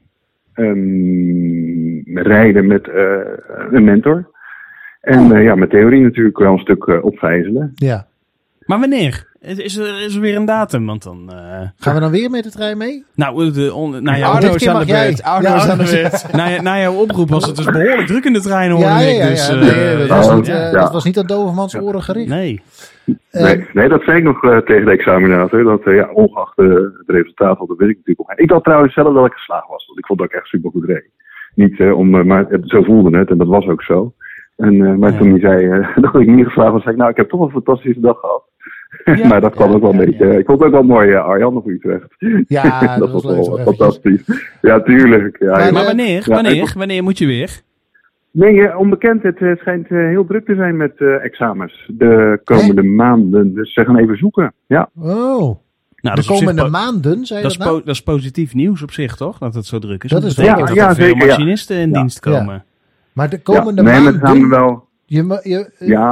um, rijden met uh, een mentor. En uh, ja, met theorie natuurlijk wel een stuk uh, opvijzelen. Ja. Maar wanneer? Is er, is er weer een datum? Want dan... Uh... Gaan we dan weer met de trein mee? Nou, de, on, nou ja, Oh, Arno dit is keer aan mag de jij. beurt. Arno Ja, is aan de Arno is- beurt. na, je- na jouw oproep was het dus behoorlijk druk in de trein, hoorde Ja, ja, ik. ja. Dus, ja. uh, Nee, dat, was Oh, niet, uh, ja. dat was niet aan Dovermans oren gericht. Nee. Eh, Nee, nee, dat zei ik nog uh, tegen de examinator. Dat uh, ja, ongeacht uh, het resultaat, dat weet ik natuurlijk nog. Ik dacht trouwens zelf dat ik geslaagd was. Want ik vond dat ik echt super goed reed. Niet uh, om, uh, maar het, zo voelde het en dat was ook zo. En, uh, maar Ja. toen hij zei uh, dat ik niet geslaagd was, zei ik nou, ik heb toch een fantastische dag gehad. Ja. maar dat kwam Ja, ook wel ja, een beetje. ja. Ik vond het ook wel mooi, uh, Arjan of Utrecht. Ja, dat was leuk wel toch uh, eventjes. fantastisch. Ja, tuurlijk. Ja, Maar, ja. Maar eh, wanneer? ja, Wanneer? ik- Wanneer moet je weer? Nee, uh, onbekend. Het uh, schijnt uh, heel druk te zijn met uh, examens de komende maanden. Dus ze gaan even zoeken. Ja. Oh, Nou, dat de is op zich komende po- maanden, zei je Dat dat, is, nou? po- dat is positief nieuws op zich, toch? Dat het zo druk is. Dat Dat is betekent wel- dat Ja, er veel zeker, ja. machinisten in Ja. dienst komen. Maar de komende ja. Nee, maar maanden... ze gaan wel... Je, ma- je, eh, Ja.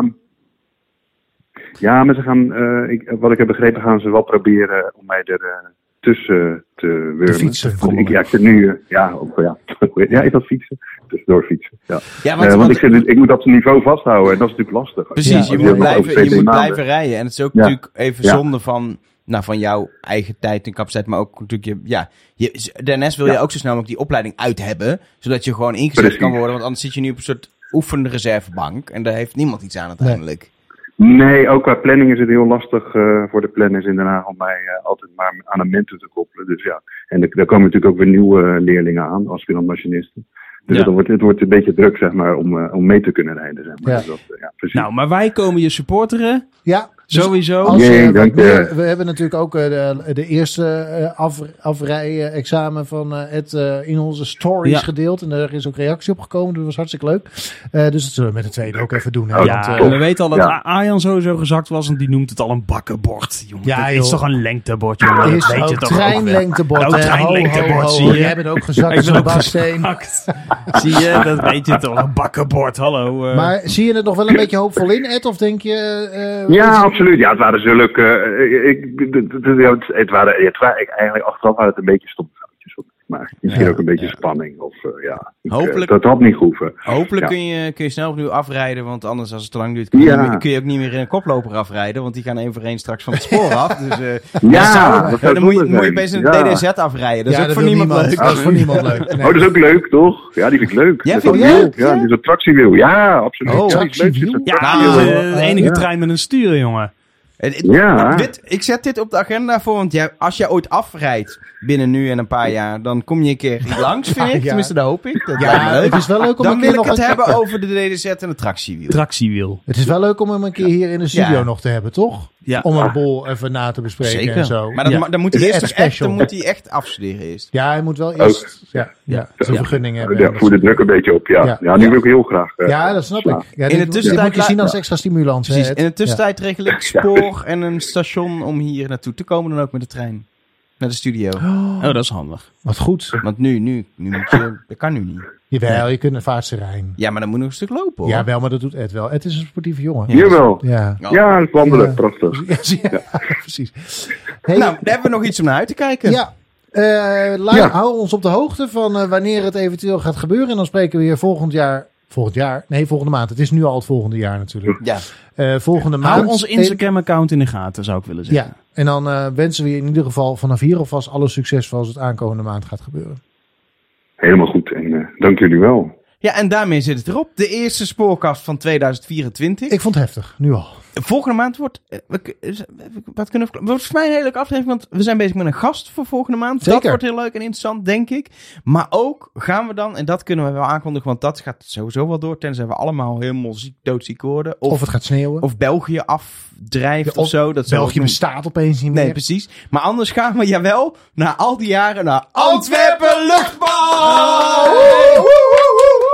Ja, maar ze gaan, uh, ik, wat ik heb begrepen, gaan ze wel proberen om mij er uh, tussen te wurmen. fietsen, Want volgens ik, ja, ik zit nu, uh, ja, of, ja, ja, is dat fietsen? Tussendoor fietsen, ja. Ja, Uh, want, want want- ik, zit, ik moet dat niveau vasthouden en dat is natuurlijk lastig. precies, Ja, je als je moet, nog blijven, over twee, je drie moet maanden- blijven rijden. En het is ook Ja. natuurlijk even Ja. zonde van, nou, van jouw eigen tijd en capaciteit. Maar ook natuurlijk, je, ja, je, de N S wil je Ja. ook zo snel mogelijk die opleiding uit hebben. Zodat je gewoon ingezet Precies. kan worden. Want anders zit je nu op een soort oefende reservebank. En daar heeft niemand iets aan uiteindelijk. Nee, ook qua planning is het heel lastig uh, voor de planners in Den Haag om mij uh, altijd maar aan een mentor te koppelen. Dus ja, en er, er komen natuurlijk ook weer nieuwe uh, leerlingen aan, aspirant-machinisten. Dus Ja. het, wordt, het wordt een beetje druk, zeg maar, om, uh, om mee te kunnen rijden, zeg maar. Ja. Dus dat, uh, ja, precies. Nou, maar wij komen je supporteren. ja, dus Sowieso. als, Jee, eh, wat dank je. meer- we hebben natuurlijk ook eh, de, de eerste eh, af, afrij-examen van eh, Ed eh, in onze stories Ja. gedeeld. En daar is ook reactie op gekomen. Dat was hartstikke leuk. Eh, dus dat zullen we met de tweede ook even doen. Hè? Oh, Ja, Want, eh, en we weten al dat Ja. Arjan sowieso gezakt was, en die noemt het al een bakkenbord. Jongen, Ja, dat is joh. toch een lengtebord, jongen. Dat is weet je ook toch ook wel. treinlengtebord. Oh, hè? treinlengtebord, Ho, ho, ho, zie ho. je. Jij bent ook gezakt Ik als ben een ook baksteen. gezakt. Zie je, dat weet je toch, een bakkenbord, hallo. eh. Maar zie je het nog wel een beetje hoopvol in, Ed? Of denk je... eh, Ja, is- absoluut. Ja, het waren zulke. Uh, ik, het, het, ja, het, het waren, het waren ik, eigenlijk achteraf waren het een beetje stomme foutjes. Maar misschien Ja, ook een beetje ja. spanning. Of, uh, ja, ik, uh, Hopelijk- dat had niet gehoeven. Hopelijk Ja. kun, je, kun je snel opnieuw afrijden. Want anders, als het te lang duurt, kun je, Ja. niet meer- kun je ook niet meer in een koploper afrijden. Want die gaan één voor één straks van het spoor af. Dus uh, Ja, zou- dat zou dan moet je, zonde moet je zijn. opeens een Ja. D D Z afrijden. Dat is Ja, ook dat voor wil niemand, niemand. leuk. Dat is voor niemand leuk. Nee. Oh, dat is ook leuk, toch? Ja, die vind ik leuk. Ja, Dat vind is je ook leuk? leuk. Ja, Ja? die is een tractiewiel. Ja, absoluut. Oh, ja, die is leuk. tractiewiel? Zo'n ja, tractiewiel. dat is de enige ja. trein met een stuur, jongen. En het- Ja. dit, ik zet dit op de agenda voor, want jij, als jij ooit afrijdt binnen nu en een paar jaar, dan kom je een keer hier langs, vind ik. Ja. Tenminste, dat hoop ik. Dat lijkt me Ja, leuk. het is wel leuk om Dan een wil keer ik nog... het een- hebben over de D D Z en de tractiewiel. Tractiewiel. Het is wel leuk om hem een keer hier in de studio Ja. nog te hebben, toch? Ja. Om een bol even na te bespreken Zeker. en zo. Maar dat, Ja. ma- dan moet hij De eerst Ed nog echt, Special. dan moet hij echt afstuderen eerst. Ja, hij moet wel eerst ja, ja, zijn Ja. vergunning hebben. Ja, voer de druk een beetje op. Ja, Ja. ja. nu wil ik heel graag. uh, Ja, dat snap slaan. ik. Ja, In dit, de dit tussentijd moet je zien als extra stimulans. hè, Precies. Ed? In de tussentijd regel ik spoor en een station om hier naartoe te komen, dan ook met de trein. Naar de studio. Oh, dat is handig. Ja. Wat goed. Want nu, nu, nu moet je, dat kan nu niet. Jawel, je kunt een vaartse Rijn. Ja, maar dan moet nog een stuk lopen, hoor. Ja, wel, maar dat doet Ed wel. Ed is een sportieve jongen. Jawel. Ja. Oh. Ja, het wandelen, Ja. prachtig. Ja, zie je? precies. Hey, Nou, daar hebben we nog iets om naar uit te kijken. ja. Eh, la- Ja. Hou ons op de hoogte van eh, wanneer het eventueel gaat gebeuren. En dan spreken we weer volgend jaar. Volgend jaar? Nee, volgende maand. Het is nu al het volgende jaar natuurlijk. Ja. Eh, volgende maand. Hou ons Instagram-account in de gaten, zou ik willen zeggen. Ja, en dan eh, wensen we je in ieder geval vanaf hier alvast alle succes voor als het aankomende maand gaat gebeuren. Helemaal goed. En uh, dank jullie wel. Ja, en daarmee zit het erop. De eerste spoorkast van tweeduizend vierentwintig. Ik vond het heftig, nu al. Volgende maand wordt... eh, we- Wat kunnen we... Wordt volgens mij een hele leuke aflevering, want we zijn bezig met een gast voor volgende maand. Dat Zeker. wordt heel leuk en interessant, denk ik. Maar ook gaan we dan, en dat kunnen we wel aankondigen, want dat gaat sowieso wel door, tenzij we allemaal helemaal ziek, doodziek worden. Of, Of, of, het gaat sneeuwen. België afdrijft Ja, of, zo. Dat zou België ook- bestaat opeens niet meer. Nee, precies. Maar anders gaan we, jawel, na al die jaren naar Antwerpen Luchtbouw!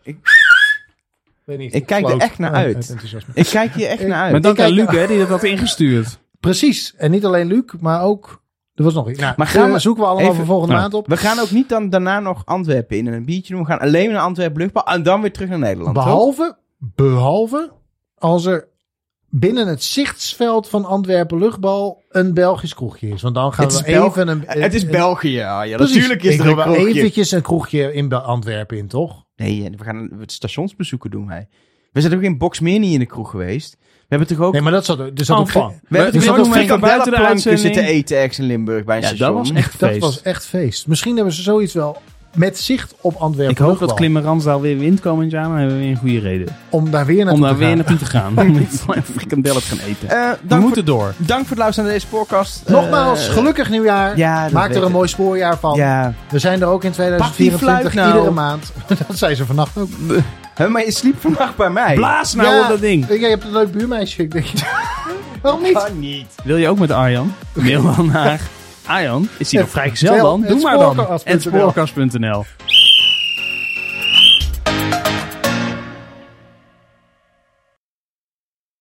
Ik, Weet niet, ik kijk er floot echt naar uit- uit. uit enthousiasme. ik kijk hier echt naar uit. Met dank Ik aan kijk- Luc, hè, die dat had ingestuurd. Precies. En niet alleen Luc, maar ook... Er was nog iets. Nou, Maar maar gaan gaan we- zoeken we allemaal even- voor volgende nou, maand op. We gaan ook niet dan daarna nog Antwerpen in en een biertje doen. We gaan alleen naar Antwerpen luchtbal en dan weer terug naar Nederland. toch? Behalve, behalve als er binnen het zichtsveld van Antwerpen luchtbal een Belgisch kroegje is. Want dan gaan Het we is Bel- even een... Het is een- België, ja. ja Precies. natuurlijk is Ik er wil een wel kroegje. eventjes een kroegje in Bel- Antwerpen in, toch? Nee, we gaan het stationsbezoeken doen wij. We zijn ook in Boxmeer niet in de kroeg geweest. We hebben toch ook... Nee, maar dat zat, er zat ook Enfin. geen- we hebben we toch ook doen even frikandellen buiten de planken uitzending. zitten eten ergens in Limburg bij een Ja, dat station. was echt dat feest. was echt feest. Misschien hebben ze zoiets wel met zicht op Antwerpen Ik hoop luchtbal. dat Klimmerandsdaal weer wint komend jaar, maar dan hebben we weer een goede reden. Om daar weer Om naartoe daar te weer gaan. naartoe te gaan. Om met frikandellen te gaan eten. Eh, We dank, moeten voor, door. dank voor het luisteren naar deze podcast. Nogmaals, Eh, gelukkig nieuwjaar. Ja, dat Maak weet er een ik. mooi spoorjaar van. Ja. We zijn er ook in tweeduizend vierentwintig, Pak die fluit nou. iedere maand. Dat zei ze vannacht ook. Huh, maar je sliep vannacht bij mij. Blaas nou Ja. op dat ding. Je hebt een leuk buurmeisje. Ik denk, waarom niet? Kan niet. Wil je ook met Arjan? Mail dan naar Arjan. Is hij nog vrijgezel Het dan? Doe maar dan. spoorkast punt n l. Het spoorkast punt n l.